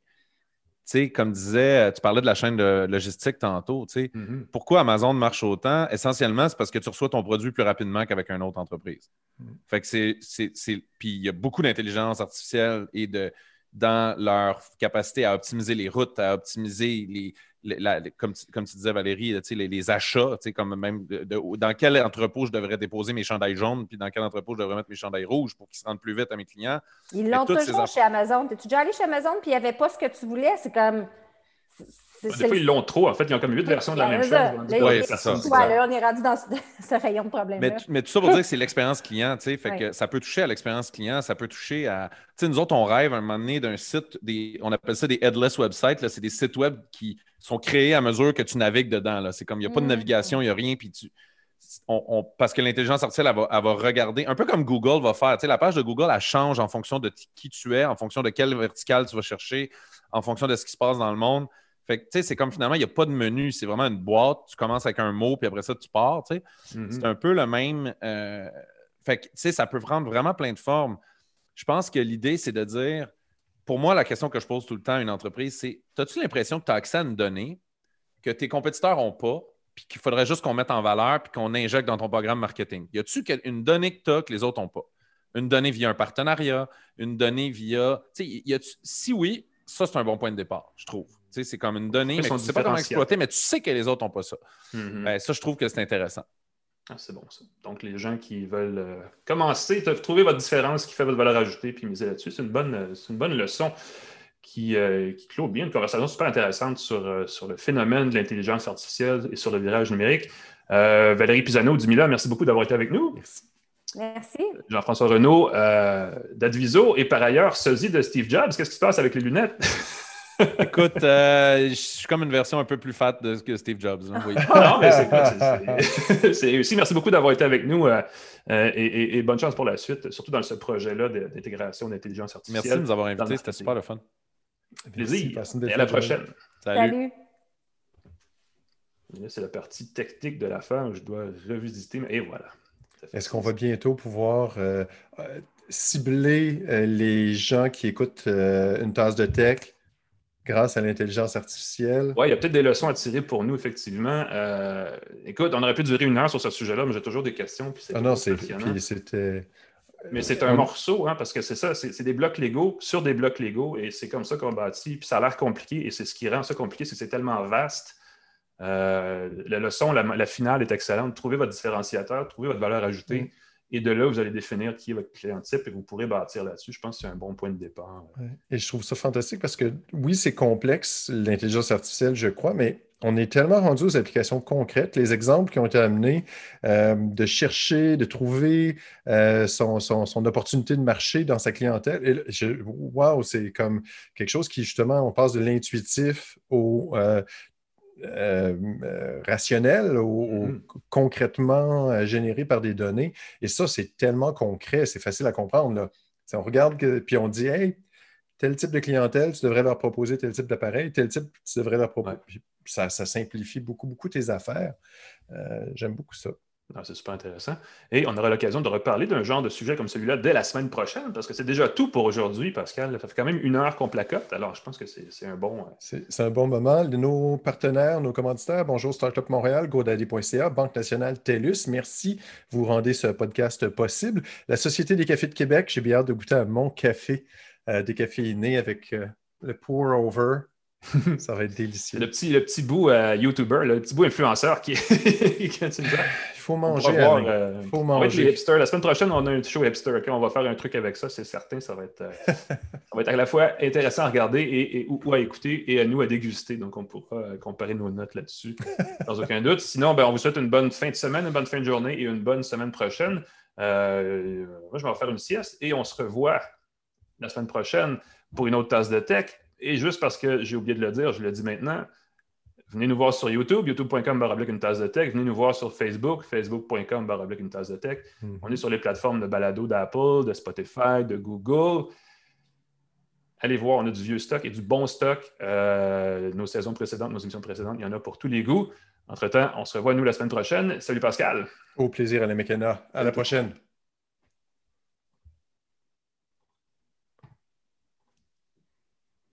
tu sais, comme disais, tu parlais de la chaîne de logistique tantôt, tu sais. Mm-hmm. Pourquoi Amazon marche autant? Essentiellement, c'est parce que tu reçois ton produit plus rapidement qu'avec une autre entreprise. Mm-hmm. Fait que c'est, c'est, c'est... Puis il y a beaucoup d'intelligence artificielle et de dans leur capacité à optimiser les routes, à optimiser les, les, la, les comme, comme tu disais, Valérie, les, les achats, comme même de, de, dans quel entrepôt je devrais déposer mes chandails jaunes, puis dans quel entrepôt je devrais mettre mes chandails rouges pour qu'ils se rendent plus vite à mes clients. Ils l'ont toujours aff... chez Amazon. T'es-tu déjà allé chez Amazon, puis il n'y avait pas ce que tu voulais? C'est comme... C'est, des c'est fois, le... ils l'ont trop. En fait, ils ont comme huit versions de la même chose. Oui, c'est ça. Ouais, là, on est rendu dans ce, ce rayon de problème. Mais, mais tout ça pour dire que c'est l'expérience client. Fait ouais. que ça peut toucher à l'expérience client, ça peut toucher à. Tu sais, nous autres, on rêve à un moment donné d'un site, des... on appelle ça des headless websites. Là. C'est des sites web qui sont créés à mesure que tu navigues dedans. Là. C'est comme il n'y a pas de navigation, il n'y a rien. Puis tu... on, on... Parce que l'intelligence artificielle, elle va, elle va regarder, un peu comme Google va faire. Tu sais, la page de Google, elle change en fonction de qui tu es, en fonction de quelle verticale tu vas chercher, en fonction de ce qui se passe dans le monde. Fait que, tu sais, c'est comme finalement, il n'y a pas de menu, c'est vraiment une boîte. Tu commences avec un mot, puis après ça, tu pars, tu sais. Mm-hmm. C'est un peu le même. Euh... Fait que, tu sais, ça peut prendre vraiment plein de formes. Je pense que l'idée, c'est de dire, pour moi, la question que je pose tout le temps à une entreprise, c'est, as-tu l'impression que tu as accès à une donnée que tes compétiteurs n'ont pas, puis qu'il faudrait juste qu'on mette en valeur, puis qu'on injecte dans ton programme marketing? Y a-tu une donnée que tu as que les autres n'ont pas? Une donnée via un partenariat, une donnée via. Tu sais, y a-tu... si oui, ça, c'est un bon point de départ, je trouve. Tu sais, c'est comme une donnée, mais tu ne sais pas comment exploiter, mais tu sais que les autres n'ont pas ça. Mm-hmm. Ben, ça, je trouve que c'est intéressant. Ah, c'est bon, ça. Donc, les gens qui veulent euh, commencer, trouver votre différence qui fait votre valeur ajoutée, puis miser là-dessus, c'est une bonne, c'est une bonne leçon qui, euh, qui clôt bien une conversation super intéressante sur, euh, sur le phénomène de l'intelligence artificielle et sur le virage numérique. Euh, Valérie Pisano du Mila, merci beaucoup d'avoir été avec nous. Merci. Merci. Jean-François Renaud euh, d'Adviso et par ailleurs, sosie de Steve Jobs. Qu'est-ce qui se passe avec les lunettes? Écoute, euh, je suis comme une version un peu plus fat de que Steve Jobs. Hein, oui. Non, mais c'est, c'est, c'est, c'est réussi. Merci beaucoup d'avoir été avec nous euh, et, et, et bonne chance pour la suite, surtout dans ce projet-là d'intégration d'intelligence artificielle. Merci de nous avoir invités, c'était super le fun. Plaisir. Et à la prochaine. Salut. Salut. Et là, c'est la partie technique de l'affaire où je dois revisiter. Et voilà. Est-ce qu'on va bientôt pouvoir euh, euh, cibler euh, les gens qui écoutent euh, une tasse de tech grâce à l'intelligence artificielle? Oui, il y a peut-être des leçons à tirer pour nous, effectivement. Euh, écoute, on aurait pu durer une heure sur ce sujet-là, mais j'ai toujours des questions, puis c'est Ah non, toujours c'est passionnant. puis c'était. Mais c'est un On- morceau, hein, parce que c'est ça, c'est c'est des blocs Lego sur des blocs Lego, et c'est comme ça qu'on bâtit. Puis ça a l'air compliqué, et c'est ce qui rend ça compliqué, c'est que c'est tellement vaste. Euh, la leçon, la, la finale est excellente. Trouvez votre différenciateur, trouvez votre valeur ajoutée, Mm. et de là, vous allez définir qui est votre client type, et vous pourrez bâtir là-dessus. Je pense que c'est un bon point de départ. Ouais. Et je trouve ça fantastique parce que oui, c'est complexe, l'intelligence artificielle, je crois, mais on est tellement rendu aux applications concrètes. Les exemples qui ont été amenés, euh, de chercher, de trouver euh, son, son- son opportunité de marché dans sa clientèle. Et là, je- wow, c'est comme quelque chose qui, justement, on passe de l'intuitif au euh, euh, euh, rationnel, au, au Mhm. concrètement euh, généré par des données. Et ça, c'est tellement concret, c'est facile à comprendre, là. Si on regarde, que, puis on dit, hey, tel type de clientèle, tu devrais leur proposer tel type d'appareil, tel type, tu devrais leur Ouais. proposer. Ça, ça simplifie beaucoup, beaucoup tes affaires. Euh, j'aime beaucoup ça. Ah, c'est super intéressant. Et on aura l'occasion de reparler d'un genre de sujet comme celui-là dès la semaine prochaine, parce que c'est déjà tout pour aujourd'hui, Pascal. Ça fait quand même une heure qu'on placote, alors je pense que c'est c'est un bon... euh, C'est c'est un bon moment. Nos partenaires, nos commanditaires, bonjour Startup Montréal, GoDaddy point C A, Banque nationale TELUS, merci, vous rendez ce podcast possible. La Société des cafés de Québec, j'ai bien hâte de goûter à mon café euh, décaféiné avec euh, le pour-over. Ça va être délicieux. Le petit, le petit bout euh, YouTuber, là, le petit bout influenceur qui est... qui est une- Il faut On pourra manger, voir, Alain. euh, Il faut on va être les manger. hipsters. La semaine prochaine, on a un show hipster. Ok? On va faire un truc avec ça, c'est certain. Ça va être, euh, ça va être à la fois intéressant à regarder et, et- ou, ou à écouter et à nous à déguster. Donc, on pourra euh, comparer nos notes là-dessus, sans aucun doute. Sinon, ben, on vous souhaite une bonne fin de semaine, une bonne fin de journée et une bonne semaine prochaine. Euh, moi, je vais en faire une sieste et on se revoit la semaine prochaine pour une autre tasse de tech. Et juste parce que j'ai oublié de le dire, je le dis maintenant. Venez nous voir sur YouTube, youtube point com barre une tasse de tech. Venez nous voir sur Facebook, facebook point com barre une tasse de tech. Mm-hmm. On est sur les plateformes de balado d'Apple, de Spotify, de Google. Allez voir, on a du vieux stock et du bon stock. Euh, nos saisons précédentes, nos émissions précédentes, il y en a pour tous les goûts. Entre-temps, on se revoit nous la semaine prochaine. Salut Pascal. Au plaisir, Alain McKenna. À la prochaine.